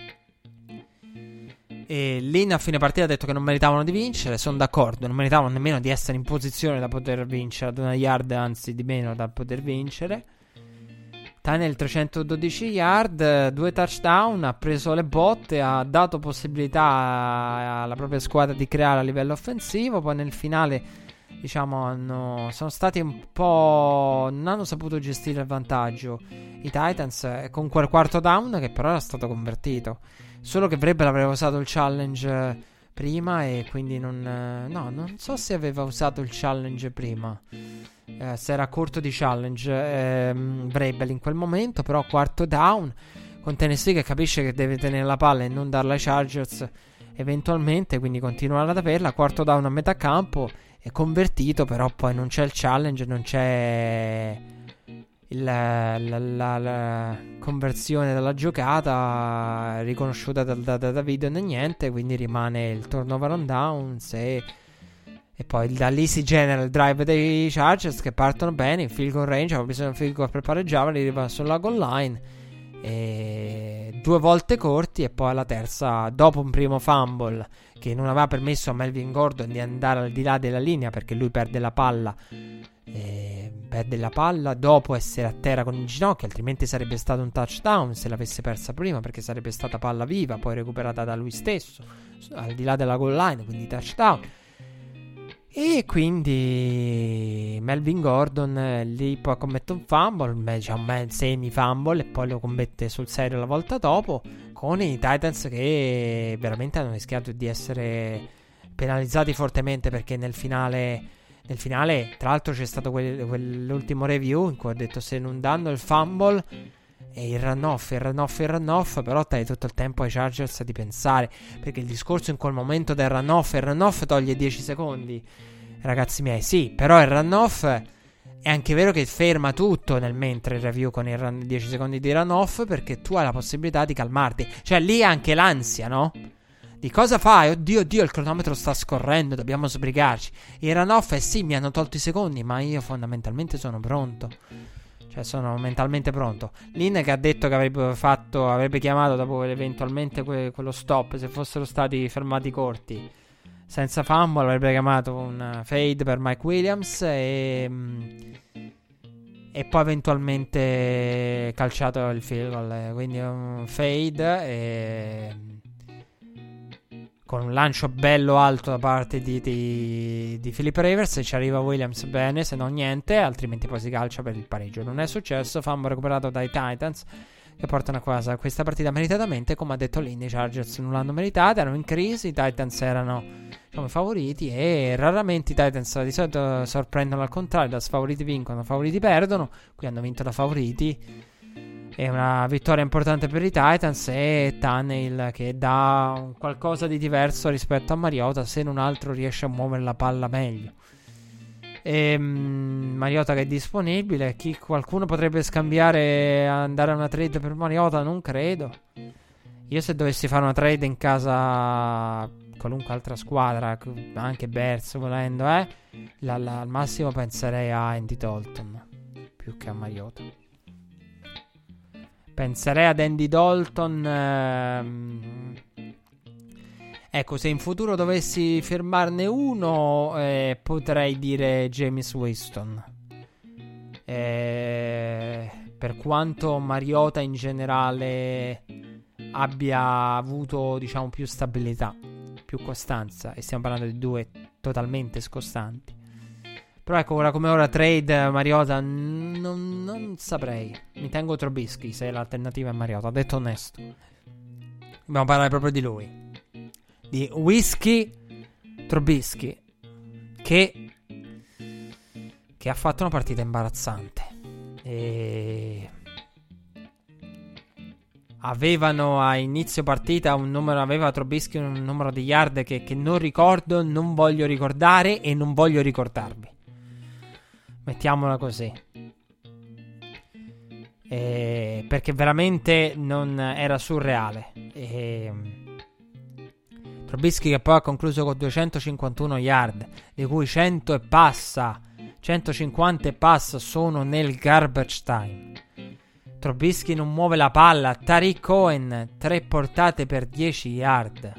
E Lynn a fine partita ha detto che non meritavano di vincere. Sono d'accordo, non meritavano nemmeno di essere in posizione da poter vincere ad una yard, anzi di meno da poter vincere. Tannehill trecentododici yard, due touchdown, ha preso le botte, ha dato possibilità alla propria squadra di creare a livello offensivo. Poi nel finale, diciamo, hanno, sono stati un po', non hanno saputo gestire il vantaggio i Titans, con quel quarto down che però era stato convertito. Solo che Vrabel aveva usato il challenge prima e quindi non, no, non so se aveva usato il challenge prima. Eh, se era corto di challenge ehm, Vrabel in quel momento, però quarto down con Tennessee che capisce che deve tenere la palla e non darla ai Chargers eventualmente, quindi continuare ad averla. Quarto down a metà campo, è convertito, però poi non c'è il challenge, non c'è il, la, la, la, la conversione della giocata riconosciuta da, da, da video né niente, quindi rimane il turnover on downs e E poi da lì si genera il drive dei Chargers che partono bene, in field goal range, aveva bisogno di un field goal per pareggiare, li arriva sulla goal line, e due volte corti, e poi alla terza, dopo un primo fumble che non aveva permesso a Melvin Gordon di andare al di là della linea, perché lui perde la palla, e perde la palla dopo essere a terra con il ginocchio, altrimenti sarebbe stato un touchdown se l'avesse persa prima, perché sarebbe stata palla viva, poi recuperata da lui stesso al di là della goal line, quindi touchdown. E quindi Melvin Gordon eh, lì poi commette un fumble, diciamo un semi fumble, e poi lo commette sul serio la volta dopo, con i Titans che veramente hanno rischiato di essere penalizzati fortemente, perché nel finale nel finale tra l'altro c'è stato quel, quell'ultimo review in cui ho detto se non danno il fumble e il run off, il run off, il run off, però dai tutto il tempo ai Chargers di pensare, perché il discorso in quel momento del run off, il run off toglie dieci secondi, ragazzi miei, sì, però il run off è anche vero che ferma tutto nel mentre il review con i run, dieci secondi di run off, perché tu hai la possibilità di calmarti, cioè lì anche l'ansia, no? Di cosa fai? Oddio, oddio, il cronometro sta scorrendo, dobbiamo sbrigarci. Il run off è sì, mi hanno tolto i secondi, ma io fondamentalmente sono pronto. Cioè sono mentalmente pronto. Lynn che ha detto che avrebbe fatto, avrebbe chiamato dopo eventualmente que- quello stop, se fossero stati fermati corti senza fumble, avrebbe chiamato un fade per Mike Williams e, e poi eventualmente calciato il field goal, quindi un fade e con un lancio bello alto da parte di, di, di Philip Rivers, e ci arriva Williams bene, se no niente, altrimenti poi si calcia per il pareggio. Non è successo, fumble recuperato dai Titans che portano a casa questa partita meritatamente. Come ha detto Lynn, i Chargers non l'hanno meritata, erano in crisi, i Titans erano, diciamo, favoriti, e raramente i Titans di solito sorprendono al contrario, da sfavoriti vincono, favoriti perdono, qui hanno vinto da favoriti. È una vittoria importante per i Titans, e Tannehill che dà un qualcosa di diverso rispetto a Mariota, se non altro riesce a muovere la palla meglio. E, um, Mariota che è disponibile, chi, qualcuno potrebbe scambiare, andare a una trade per Mariota? Non credo. Io se dovessi fare una trade in casa qualunque altra squadra, anche Bears volendo, eh, la, la, al massimo penserei a Andy Dalton più che a Mariota. Penserei ad Andy Dalton. Ehm... Ecco, se in futuro dovessi firmarne uno, eh, potrei dire Jameis Winston. Eh, per quanto Mariota in generale abbia avuto, diciamo, più stabilità, più costanza, e stiamo parlando di due totalmente scostanti. Però ecco, ora come ora trade Mariota non, non saprei. Mi tengo Trubisky se l'alternativa è Mariota, detto onesto. Dobbiamo parlare proprio di lui, di Whisky Trubisky, che che ha fatto una partita imbarazzante. E... avevano a inizio partita un numero, aveva Trubisky un numero di yard che, che non ricordo, non voglio ricordare e non voglio ricordarvi. Mettiamola così. E... perché veramente non era surreale. E... Trubisky che poi ha concluso con duecentocinquantuno yard, di cui cento e passa, centocinquanta e passa sono nel garbage time. Trubisky non muove la palla. Tariq Cohen tre portate per dieci yard.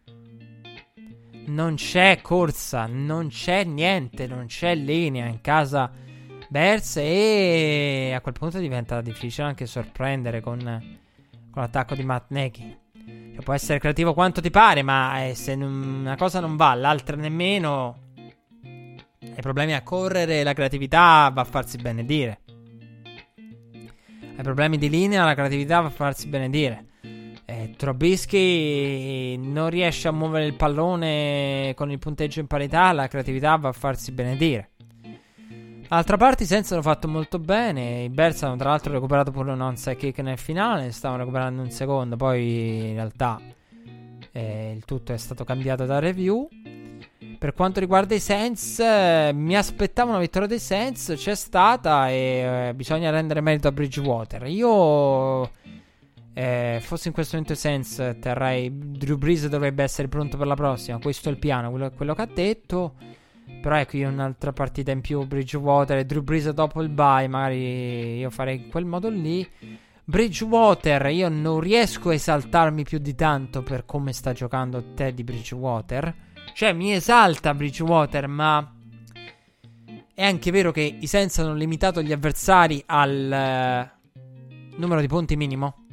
Non c'è corsa, non c'è niente, non c'è linea in casa Bears, e a quel punto diventa difficile anche sorprendere con, con l'attacco di Matt Nagy. Cioè, può essere creativo quanto ti pare, ma eh, se n- una cosa non va, l'altra nemmeno, i problemi a correre, la creatività va a farsi benedire. Ai problemi di linea, la creatività va a farsi benedire. Eh, Trubisky non riesce a muovere il pallone con il punteggio in parità, la creatività va a farsi benedire. D'altra parte i Saints hanno fatto molto bene. I Bears hanno tra l'altro recuperato pure un onside kick nel finale, stavano recuperando un secondo, poi in realtà eh, il tutto è stato cambiato da review. Per quanto riguarda i Saints, eh, mi aspettavo una vittoria dei Saints, c'è stata, e eh, bisogna rendere merito a Bridgewater. Io eh, fossi in questo momento i Saints, terrei Drew Brees, dovrebbe essere pronto per la prossima, questo è il piano, quello, quello che ha detto. Però ecco, io un'altra partita in più, Bridgewater e Drew Brees dopo il bye, magari io farei in quel modo lì. Bridgewater, io non riesco a esaltarmi più di tanto per come sta giocando Teddy Bridgewater. Cioè mi esalta Bridgewater, ma è anche vero che i Saints hanno limitato gli avversari al uh, numero di punti minimo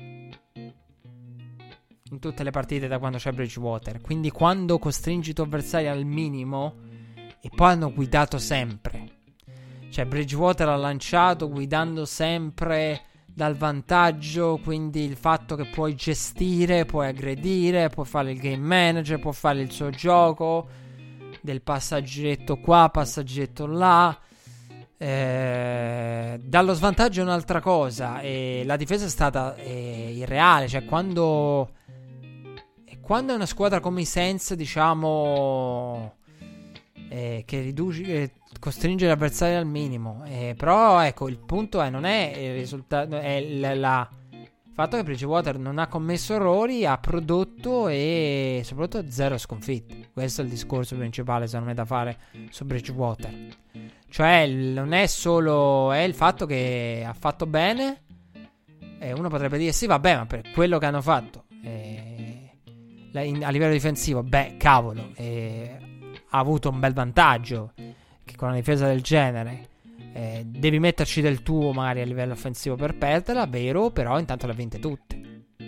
in tutte le partite da quando c'è Bridgewater. Quindi quando costringi i tuoi avversari al minimo, e poi hanno guidato sempre, cioè Bridgewater ha lanciato guidando sempre dal vantaggio, quindi il fatto che puoi gestire, puoi aggredire, puoi fare il game manager, puoi fare il suo gioco del passaggetto qua, passaggetto là, eh, dallo svantaggio è un'altra cosa. E la difesa è stata eh, irreale, cioè quando quando è una squadra come i Saints, diciamo, eh, che riduce, eh, costringe l'avversario al minimo, eh, però ecco, il punto è non è il risultato, è la, la il fatto che Bridgewater non ha commesso errori, ha prodotto e soprattutto zero sconfitte. Questo è il discorso principale secondo me da fare su Bridgewater. Cioè non è solo, è il fatto che ha fatto bene, e uno potrebbe dire sì vabbè, ma per quello che hanno fatto eh, in, a livello difensivo, beh cavolo, eh, ha avuto un bel vantaggio, che con una difesa del genere eh, devi metterci del tuo magari a livello offensivo per perderla, vero, però intanto le ha vinte tutte.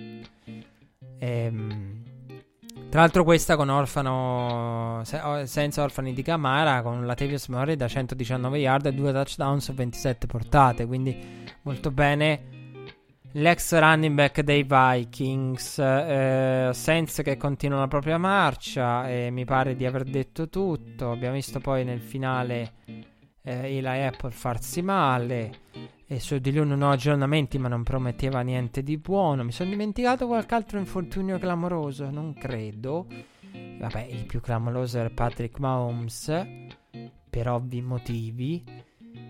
Ehm, tra l'altro questa con orfano se, senza orfani di Camara, con Latavius Murray da centodiciannove yard e due touchdown su ventisette portate, quindi molto bene. L'ex running back dei Vikings, eh, Saints che continua la propria marcia, e mi pare di aver detto tutto. Abbiamo visto poi nel finale eh, Eli Apple farsi male, e su di lui non ho aggiornamenti, ma non prometteva niente di buono. Mi sono dimenticato qualche altro infortunio clamoroso? Non credo. Vabbè, il più clamoroso era Patrick Mahomes, per ovvi motivi.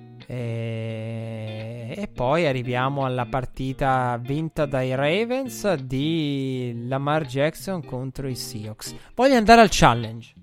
E... e poi arriviamo alla partita vinta dai Ravens di Lamar Jackson contro i Seahawks. Voglio andare al challenge.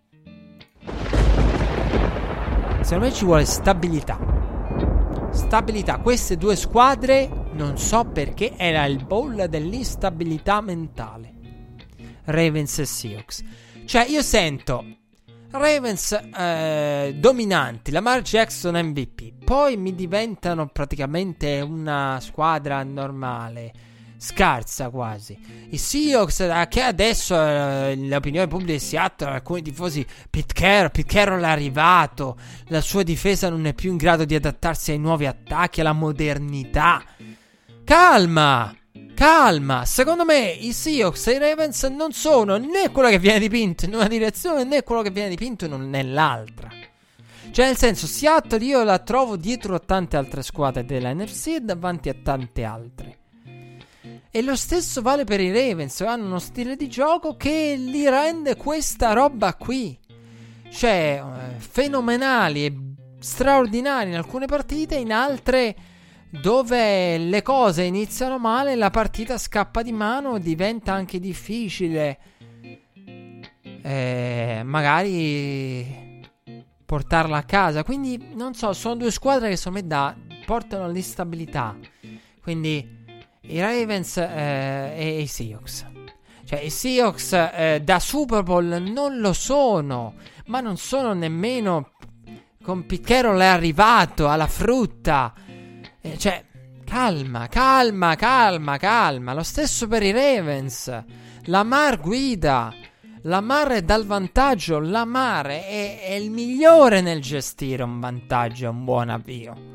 Secondo me ci vuole stabilità. Stabilità. Queste due squadre, non so perché, era il bowl dell'instabilità mentale. Ravens e Seahawks. Cioè io sento Ravens eh, dominanti, Lamar Jackson M V P, poi mi diventano praticamente una squadra normale, scarsa quasi. I Seahawks, eh, che adesso eh, l'opinione pubblica di Seattle, alcuni tifosi, Pete Carroll, Pete Carroll è arrivato, la sua difesa non è più in grado di adattarsi ai nuovi attacchi, alla modernità. Calma! Calma, secondo me i Seahawks e i Ravens non sono né quello che viene dipinto in una direzione né quello che viene dipinto in un, nell'altra. Cioè, nel senso, Seattle io la trovo dietro a tante altre squadre della N F C e davanti a tante altre. E lo stesso vale per i Ravens. Hanno uno stile di gioco che li rende questa roba qui. Cioè, eh, fenomenali e straordinari in alcune partite, in altre dove le cose iniziano male, la partita scappa di mano, diventa anche difficile eh, magari portarla a casa. Quindi non so, sono due squadre che secondo me da, portano l'instabilità. Quindi i Ravens eh, e i Seahawks. Cioè i Seahawks eh, da Super Bowl non lo sono, ma non sono nemmeno con Pete Carroll è arrivato alla frutta. Eh, cioè calma, calma, calma, calma. Lo stesso per i Ravens. Lamar guida, Lamar è dal vantaggio, Lamar è, è il migliore nel gestire un vantaggio, un buon avvio.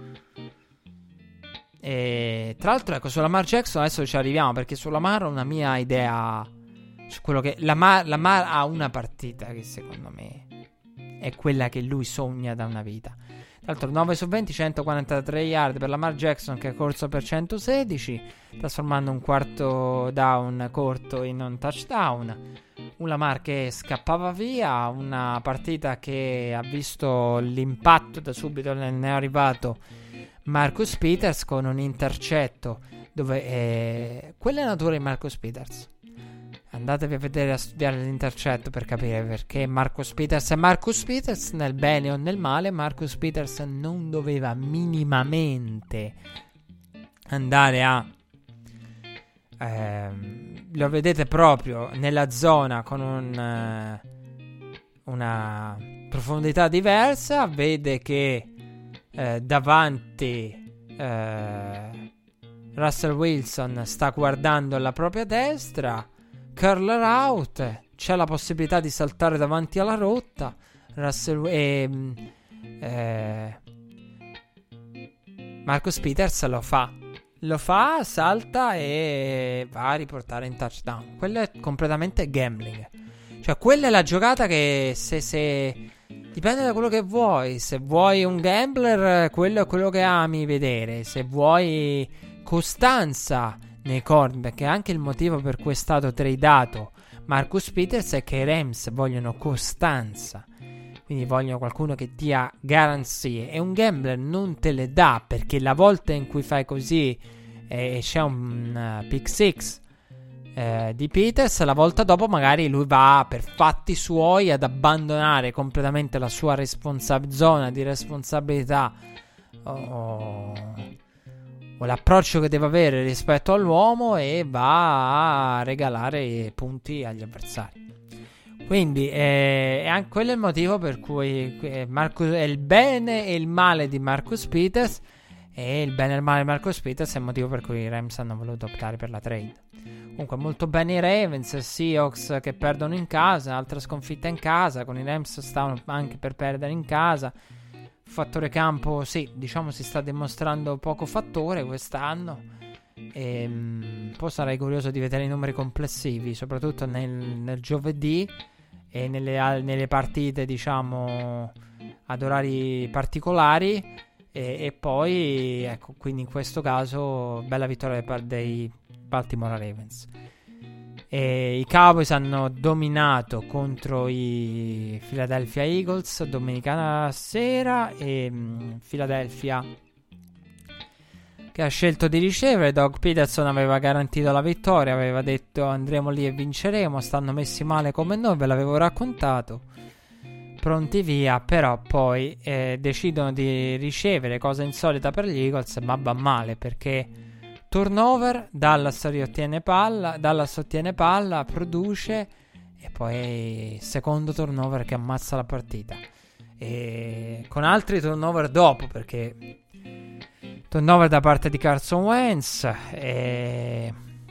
E tra l'altro, ecco, su Lamar Jackson adesso ci arriviamo, perché su Lamar ho una mia idea su quello che Lamar, Lamar ha una partita che secondo me è quella che lui sogna da una vita. Tra l'altro nove su venti, centoquarantatré yard per Lamar Jackson, che ha corso per centosedici, trasformando un quarto down corto in un touchdown. Un Lamar che scappava via, una partita che ha visto l'impatto da subito, ne è arrivato Marcus Peters con un intercetto dove eh, quella è la natura di Marcus Peters. Andatevi a vedere, a studiare l'intercetto per capire perché Marcus Peters è Marcus Peters, nel bene o nel male. Marcus Peters non doveva minimamente andare a ehm, lo vedete proprio nella zona con un, uh, una profondità diversa. Vede che Eh, davanti eh, Russell Wilson sta guardando alla propria destra, curl route, c'è la possibilità di saltare davanti alla rotta. Russell e eh, Marcus Peters lo fa lo fa, salta e va a riportare in touchdown. Quello è completamente gambling. Cioè quella è la giocata che se se dipende da quello che vuoi. Se vuoi un gambler, quello è quello che ami vedere. Se vuoi costanza nei cornerback, che è anche il motivo per cui è stato tradato Marcus Peters, è che i Rams vogliono costanza. Quindi vogliono qualcuno che dia garanzie. E un gambler non te le dà, perché la volta in cui fai così e eh, c'è un uh, pick six Eh, di Peters, la volta dopo magari lui va per fatti suoi ad abbandonare completamente la sua responsa- zona di responsabilità o, o l'approccio che deve avere rispetto all'uomo, e va a regalare punti agli avversari. Quindi eh, è anche quello il motivo per cui eh, Marcus, è il bene e il male di Marcus Peters, e il bene e il male di Marcus Peters è il motivo per cui i Rams hanno voluto optare per la trade. Comunque molto bene i Ravens, Seahawks che perdono in casa, altra sconfitta in casa, con i Rams stavano anche per perdere in casa. Fattore campo, sì, diciamo si sta dimostrando poco fattore quest'anno. E, um, poi sarei curioso di vedere i numeri complessivi, soprattutto nel, nel giovedì e nelle, nelle partite, diciamo, ad orari particolari. E, e poi, ecco, quindi in questo caso bella vittoria dei, dei Baltimore Ravens. E i Cowboys hanno dominato contro i Philadelphia Eagles domenica sera, e mh, Philadelphia che ha scelto di ricevere. Doug Peterson aveva garantito la vittoria, aveva detto andremo lì e vinceremo, stanno messi male come noi, ve l'avevo raccontato, pronti via. Però poi eh, decidono di ricevere, cosa insolita per gli Eagles, ma va male perché turnover, Dallas riottiene palla, Dallas ottiene palla, produce, e poi secondo turnover che ammazza la partita, e con altri turnover dopo, perché turnover da parte di Carson Wentz e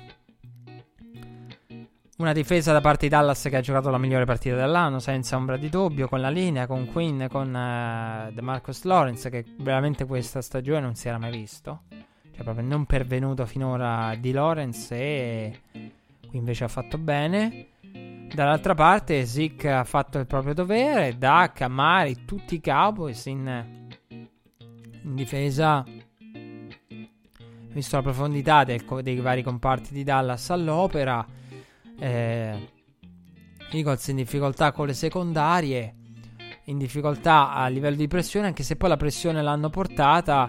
una difesa da parte di Dallas che ha giocato la migliore partita dell'anno senza ombra di dubbio, con la linea, con Quinn, con uh, DeMarcus Lawrence, che veramente questa stagione non si era mai visto, cioè proprio non pervenuto finora di Lawrence, e qui invece ha fatto bene. Dall'altra parte Zeke ha fatto il proprio dovere, Dak, Amari, tutti i Cowboys in, in difesa, visto la profondità del, dei vari comparti di Dallas all'opera. eh, Eagles in difficoltà con le secondarie, in difficoltà a livello di pressione, anche se poi la pressione l'hanno portata.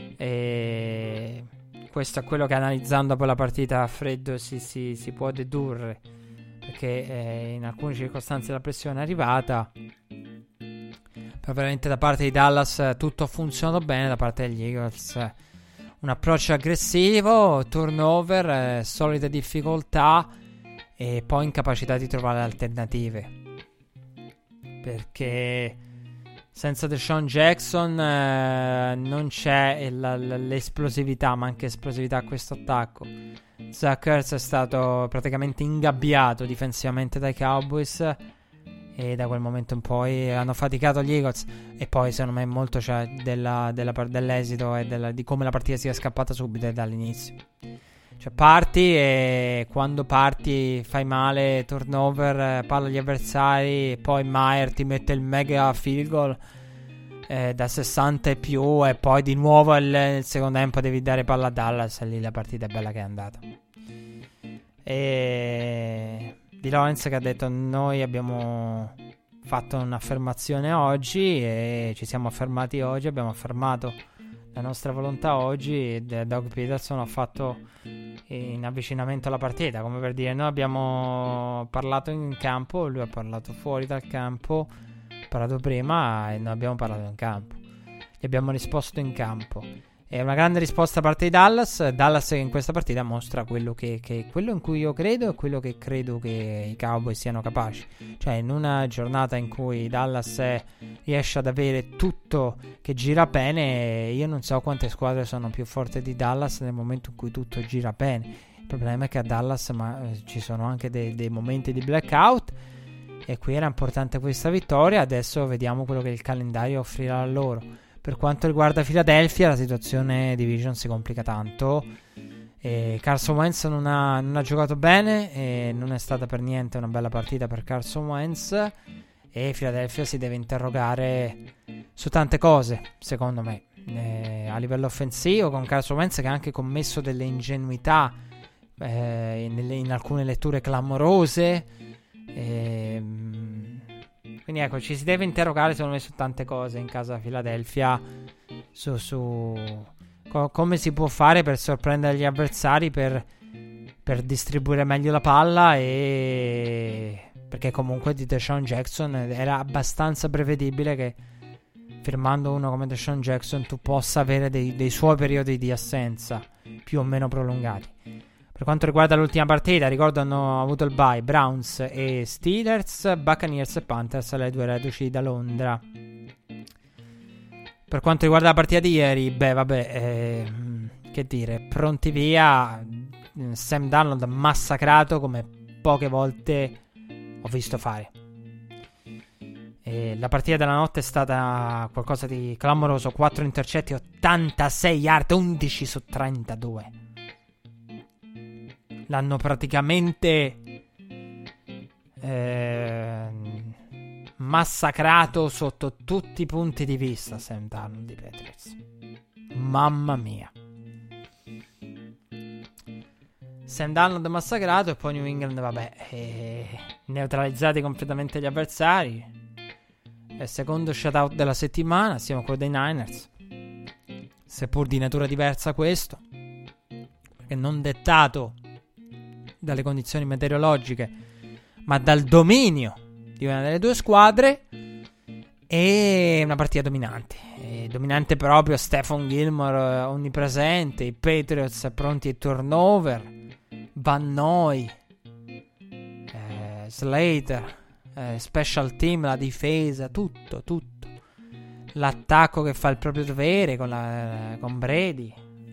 E questo è quello che, analizzando poi la partita a freddo, si, si, si può dedurre, perché eh, in alcune circostanze la pressione è arrivata, però veramente da parte di Dallas tutto ha funzionato bene. Da parte degli Eagles un approccio aggressivo, turnover, eh, solide difficoltà e poi incapacità di trovare alternative, perché senza Deshaun Jackson eh, non c'è la, la, l'esplosività, ma anche esplosività a questo attacco. Zach Ertz è stato praticamente ingabbiato difensivamente dai Cowboys, e da quel momento in poi hanno faticato gli Eagles. E poi secondo me molto c'è della, della, dell'esito e della, di come la partita sia scappata subito e dall'inizio. Cioè parti e quando parti fai male, turnover, palla agli avversari, poi Mayer ti mette il mega field goal eh, da sessanta e più, e poi di nuovo il, il secondo tempo devi dare palla a Dallas, e lì la partita è bella che è andata. E Di Lawrence che ha detto: noi abbiamo fatto un'affermazione oggi e ci siamo affermati oggi, abbiamo affermato la nostra volontà oggi, e Doug Peterson ha fatto in avvicinamento alla partita, come per dire: noi abbiamo parlato in campo, lui ha parlato fuori dal campo, ha parlato prima e noi abbiamo parlato in campo, gli abbiamo risposto in campo. È una grande risposta da parte di Dallas. Dallas che in questa partita mostra quello che, che quello in cui io credo e quello che credo che i Cowboys siano capaci. Cioè, in una giornata in cui Dallas è, riesce ad avere tutto che gira bene, io non so quante squadre sono più forti di Dallas nel momento in cui tutto gira bene. Il problema è che a Dallas ma, eh, ci sono anche dei, dei momenti di blackout, e qui era importante questa vittoria. Adesso vediamo quello che il calendario offrirà a loro. Per quanto riguarda Philadelphia, la situazione division si complica tanto. E Carson Wentz non ha, non ha giocato bene, e non è stata per niente una bella partita per Carson Wentz, e Philadelphia si deve interrogare su tante cose, secondo me. Eh, a livello offensivo, con Carson Wentz che ha anche commesso delle ingenuità eh, in, in alcune letture clamorose. Eh, Quindi ecco, ci si deve interrogare secondo me su tante cose in casa Philadelphia, su, su co- come si può fare per sorprendere gli avversari, per, per distribuire meglio la palla, e perché comunque di Deshaun Jackson era abbastanza prevedibile che firmando uno come Deshaun Jackson tu possa avere dei, dei suoi periodi di assenza più o meno prolungati. Per quanto riguarda l'ultima partita, ricordo hanno avuto il bye Browns e Steelers, Buccaneers e Panthers, le due reduci da Londra. Per quanto riguarda la partita di ieri, beh vabbè, eh, che dire, pronti via, Sam Darnold massacrato come poche volte ho visto fare. E la partita della notte è stata qualcosa di clamoroso, quattro intercetti, ottantasei yard, undici su trentadue. L'hanno praticamente eh, massacrato sotto tutti i punti di vista Sam Darnold di Patriots. Mamma mia. Sam Darnold massacrato, e poi New England, vabbè, eh, neutralizzati completamente gli avversari. È il secondo shutout della settimana, siamo quello dei Niners, seppur di natura diversa questo, perché non dettato dalle condizioni meteorologiche ma dal dominio di una delle due squadre. E una partita dominante, e dominante proprio. Stephon Gilmore onnipresente, i Patriots pronti ai turnover, Van Noy, eh, Slater, eh, special team, la difesa, tutto, tutto. L'attacco che fa il proprio dovere con, la, con Brady.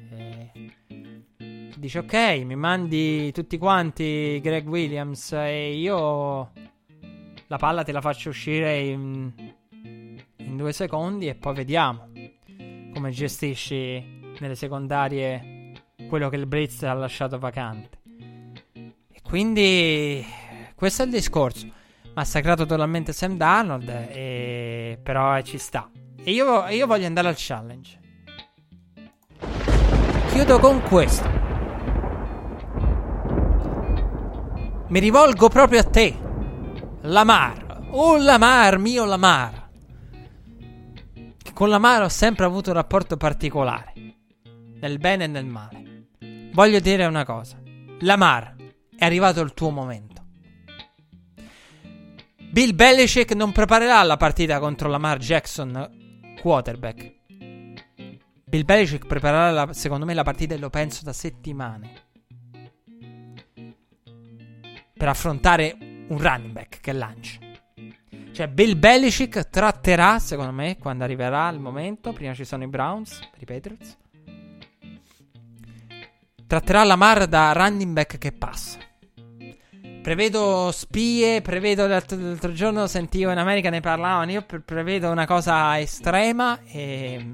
Dice: ok, mi mandi tutti quanti Greg Williams e io la palla te la faccio uscire in, in due secondi, e poi vediamo come gestisci nelle secondarie quello che il blitz ha lasciato vacante. E quindi questo è il discorso. Massacrato totalmente Sam Darnold, e... però ci sta. E io, io voglio andare al challenge. Chiudo con questo. Mi rivolgo proprio a te, Lamar. Oh Lamar, mio Lamar. Con Lamar ho sempre avuto un rapporto particolare, nel bene e nel male. Voglio dire una cosa. Lamar, è arrivato il tuo momento. Bill Belichick non preparerà la partita contro Lamar Jackson quarterback. Bill Belichick preparerà la, secondo me la partita, e lo penso da settimane, per affrontare un running back che lancia. Cioè Bill Belichick tratterà, secondo me, quando arriverà il momento, prima ci sono i Browns per i Patriots, tratterà Lamar da running back che passa. Prevedo spie, prevedo l'altro, l'altro giorno sentivo in America, ne parlavano, io pre- prevedo una cosa estrema e,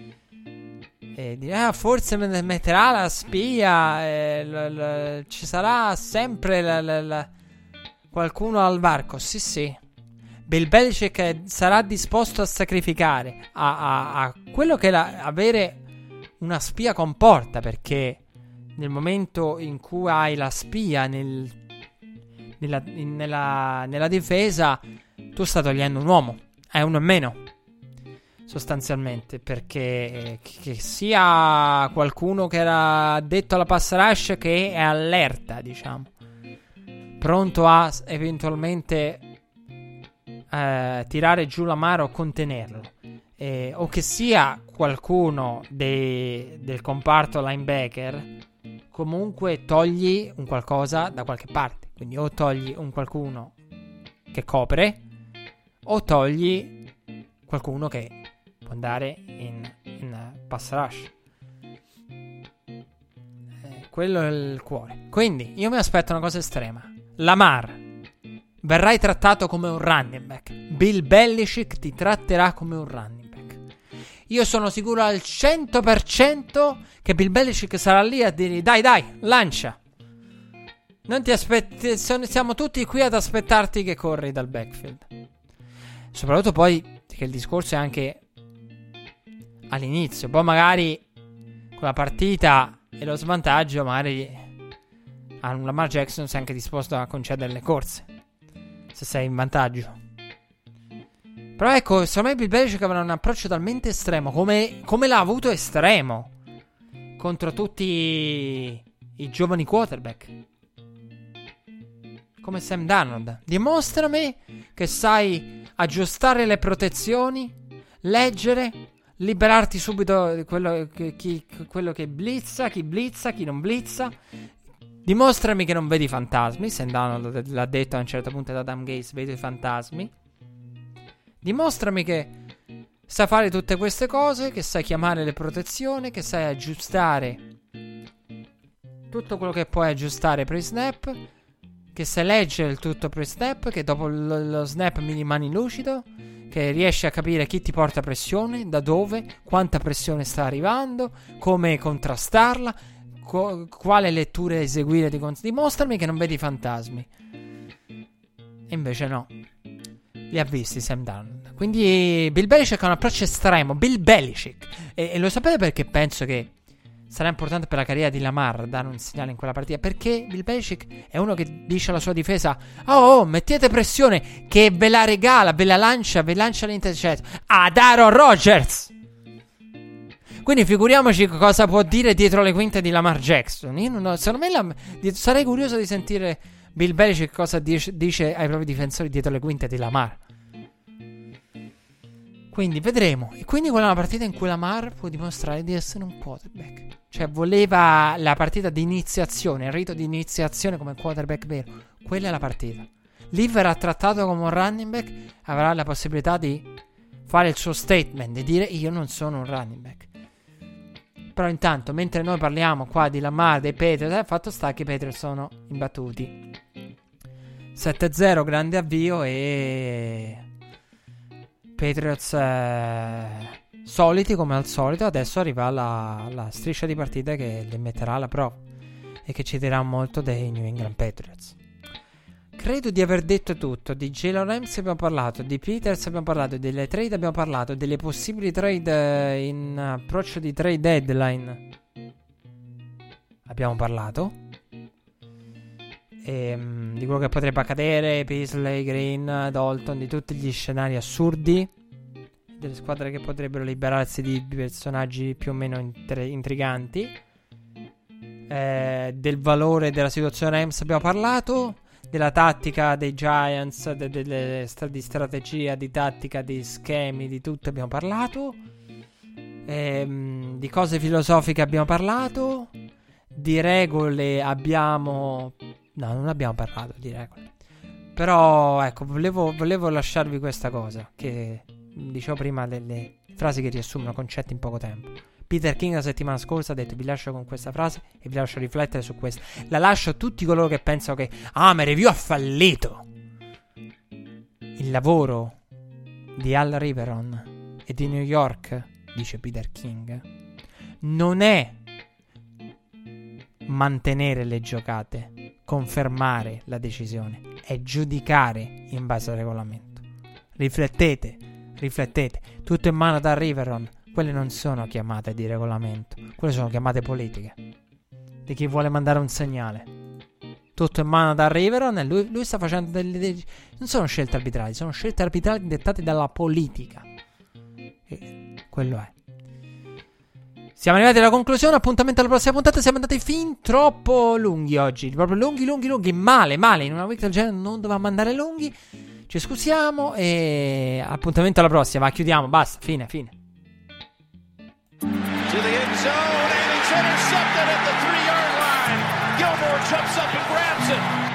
e dire, ah, forse metterà la spia, e l- l- ci sarà sempre l- l- l- qualcuno al varco. Sì, sì. Bill Belichick sarà disposto a sacrificare a, a, a quello che la, avere una spia comporta, perché nel momento in cui hai la spia nel Nella, in, nella, nella difesa, tu stai togliendo un uomo, è uno in meno sostanzialmente, perché che, che sia qualcuno che era addetto alla pass rush, che è allerta, diciamo, pronto a eventualmente eh, tirare giù Lamar o contenerlo, eh, o che sia qualcuno dei, del comparto linebacker, comunque togli un qualcosa da qualche parte. Quindi o togli un qualcuno che copre, o togli qualcuno che può andare in, in pass rush. Eh, quello è il cuore. Quindi io mi aspetto una cosa estrema. Lamar, verrai trattato come un running back. Bill Belichick ti tratterà come un running back. Io sono sicuro al cento per cento che Bill Belichick sarà lì a dire dai dai, lancia. Non ti aspetti, siamo tutti qui ad aspettarti che corri dal backfield. Soprattutto poi che il discorso è anche all'inizio. Poi magari con la partita e lo svantaggio, magari a un Lamar Jackson sei anche disposto a concedere le corse, se sei in vantaggio. Però ecco, secondo me Bill Belichick avrà un approccio talmente estremo, come, come l'ha avuto estremo contro tutti i, i giovani quarterback, come Sam Darnold. Dimostrami che sai aggiustare le protezioni, leggere, liberarti subito di quello che, chi, quello che blitza, chi blitza, chi non blitza. Dimostrami che non vedi fantasmi. Sam Darnold l'ha detto a un certo punto ad Adam Gase, vedo i fantasmi. Dimostrami che sai fare tutte queste cose, che sai chiamare le protezioni, che sai aggiustare tutto quello che puoi aggiustare pre-snap, che sai leggere il tutto pre-snap, che dopo lo, lo snap mi rimani lucido, che riesci a capire chi ti porta pressione, da dove, quanta pressione sta arrivando, come contrastarla, co- quale letture eseguire di cont- dimostrami che non vedi fantasmi. E invece no, li ha visti Sam Darnold. Quindi Bill Belichick ha un approccio estremo. Bill Belichick, e, e lo sapete perché penso che sarà importante per la carriera di Lamar dare un segnale in quella partita? Perché Bill Belichick è uno che dice alla sua difesa: oh, oh, mettete pressione, che ve la regala, ve la lancia, ve lancia l'intercetto ad Aaron Rodgers. Quindi figuriamoci cosa può dire dietro le quinte di Lamar Jackson. Io non ho, secondo me la, sarei curioso di sentire Bill Belichick cosa dice, dice ai propri difensori dietro le quinte di Lamar. Quindi vedremo. E quindi quella è una partita in cui Lamar può dimostrare di essere un quarterback. Cioè voleva la partita di iniziazione, il rito di iniziazione come quarterback vero. Quella è la partita. Lì verrà trattato come un running back, avrà la possibilità di fare il suo statement, di dire io non sono un running back. Però intanto, mentre noi parliamo qua di Lamar, dei Patriots, il fatto sta che i Patriots sono imbattuti. sette a zero, grande avvio, e Patriots eh, soliti come al solito. Adesso arriva la, la striscia di partite che li metterà alla prova e che ci dirà molto dei New England Patriots. credo di aver detto tutto. Di Jalen Ramsey abbiamo parlato, di Peters abbiamo parlato, delle trade abbiamo parlato, delle possibili trade in approccio di trade deadline abbiamo parlato, e, um, di quello che potrebbe accadere, Paisley, Green, Dalton, di tutti gli scenari assurdi, delle squadre che potrebbero liberarsi di personaggi più o meno intri- intriganti, eh, del valore della situazione Rams abbiamo parlato, della tattica dei Giants, de- de- de- di strategia, di tattica, di schemi, di tutto abbiamo parlato, ehm, di cose filosofiche abbiamo parlato, di regole abbiamo... no, non abbiamo parlato di regole, però ecco, volevo, volevo lasciarvi questa cosa, che dicevo prima, delle frasi che riassumono concetti in poco tempo. Peter King la settimana scorsa ha detto: vi lascio con questa frase e vi lascio riflettere su questa. La lascio a tutti coloro che pensano che ah, ma Review ha fallito. Il lavoro di Al Riveron e di New York, dice Peter King, non è mantenere le giocate, confermare la decisione, è giudicare in base al regolamento. Riflettete, riflettete, tutto in mano da Riveron. Quelle non sono chiamate di regolamento, quelle sono chiamate politiche, di chi vuole mandare un segnale. Tutto in mano da Riveron, e lui, lui sta facendo delle, delle non sono scelte arbitrali, sono scelte arbitrali dettate dalla politica, e quello è. Siamo arrivati alla conclusione, appuntamento alla prossima puntata. Siamo andati fin troppo lunghi oggi, proprio lunghi, lunghi, lunghi, male, male. In una week del genere non dovevamo andare lunghi. Ci scusiamo e appuntamento alla prossima. Chiudiamo, basta, fine, fine. To the end zone, and it's intercepted at the three-yard line. Gilmore jumps up and grabs it.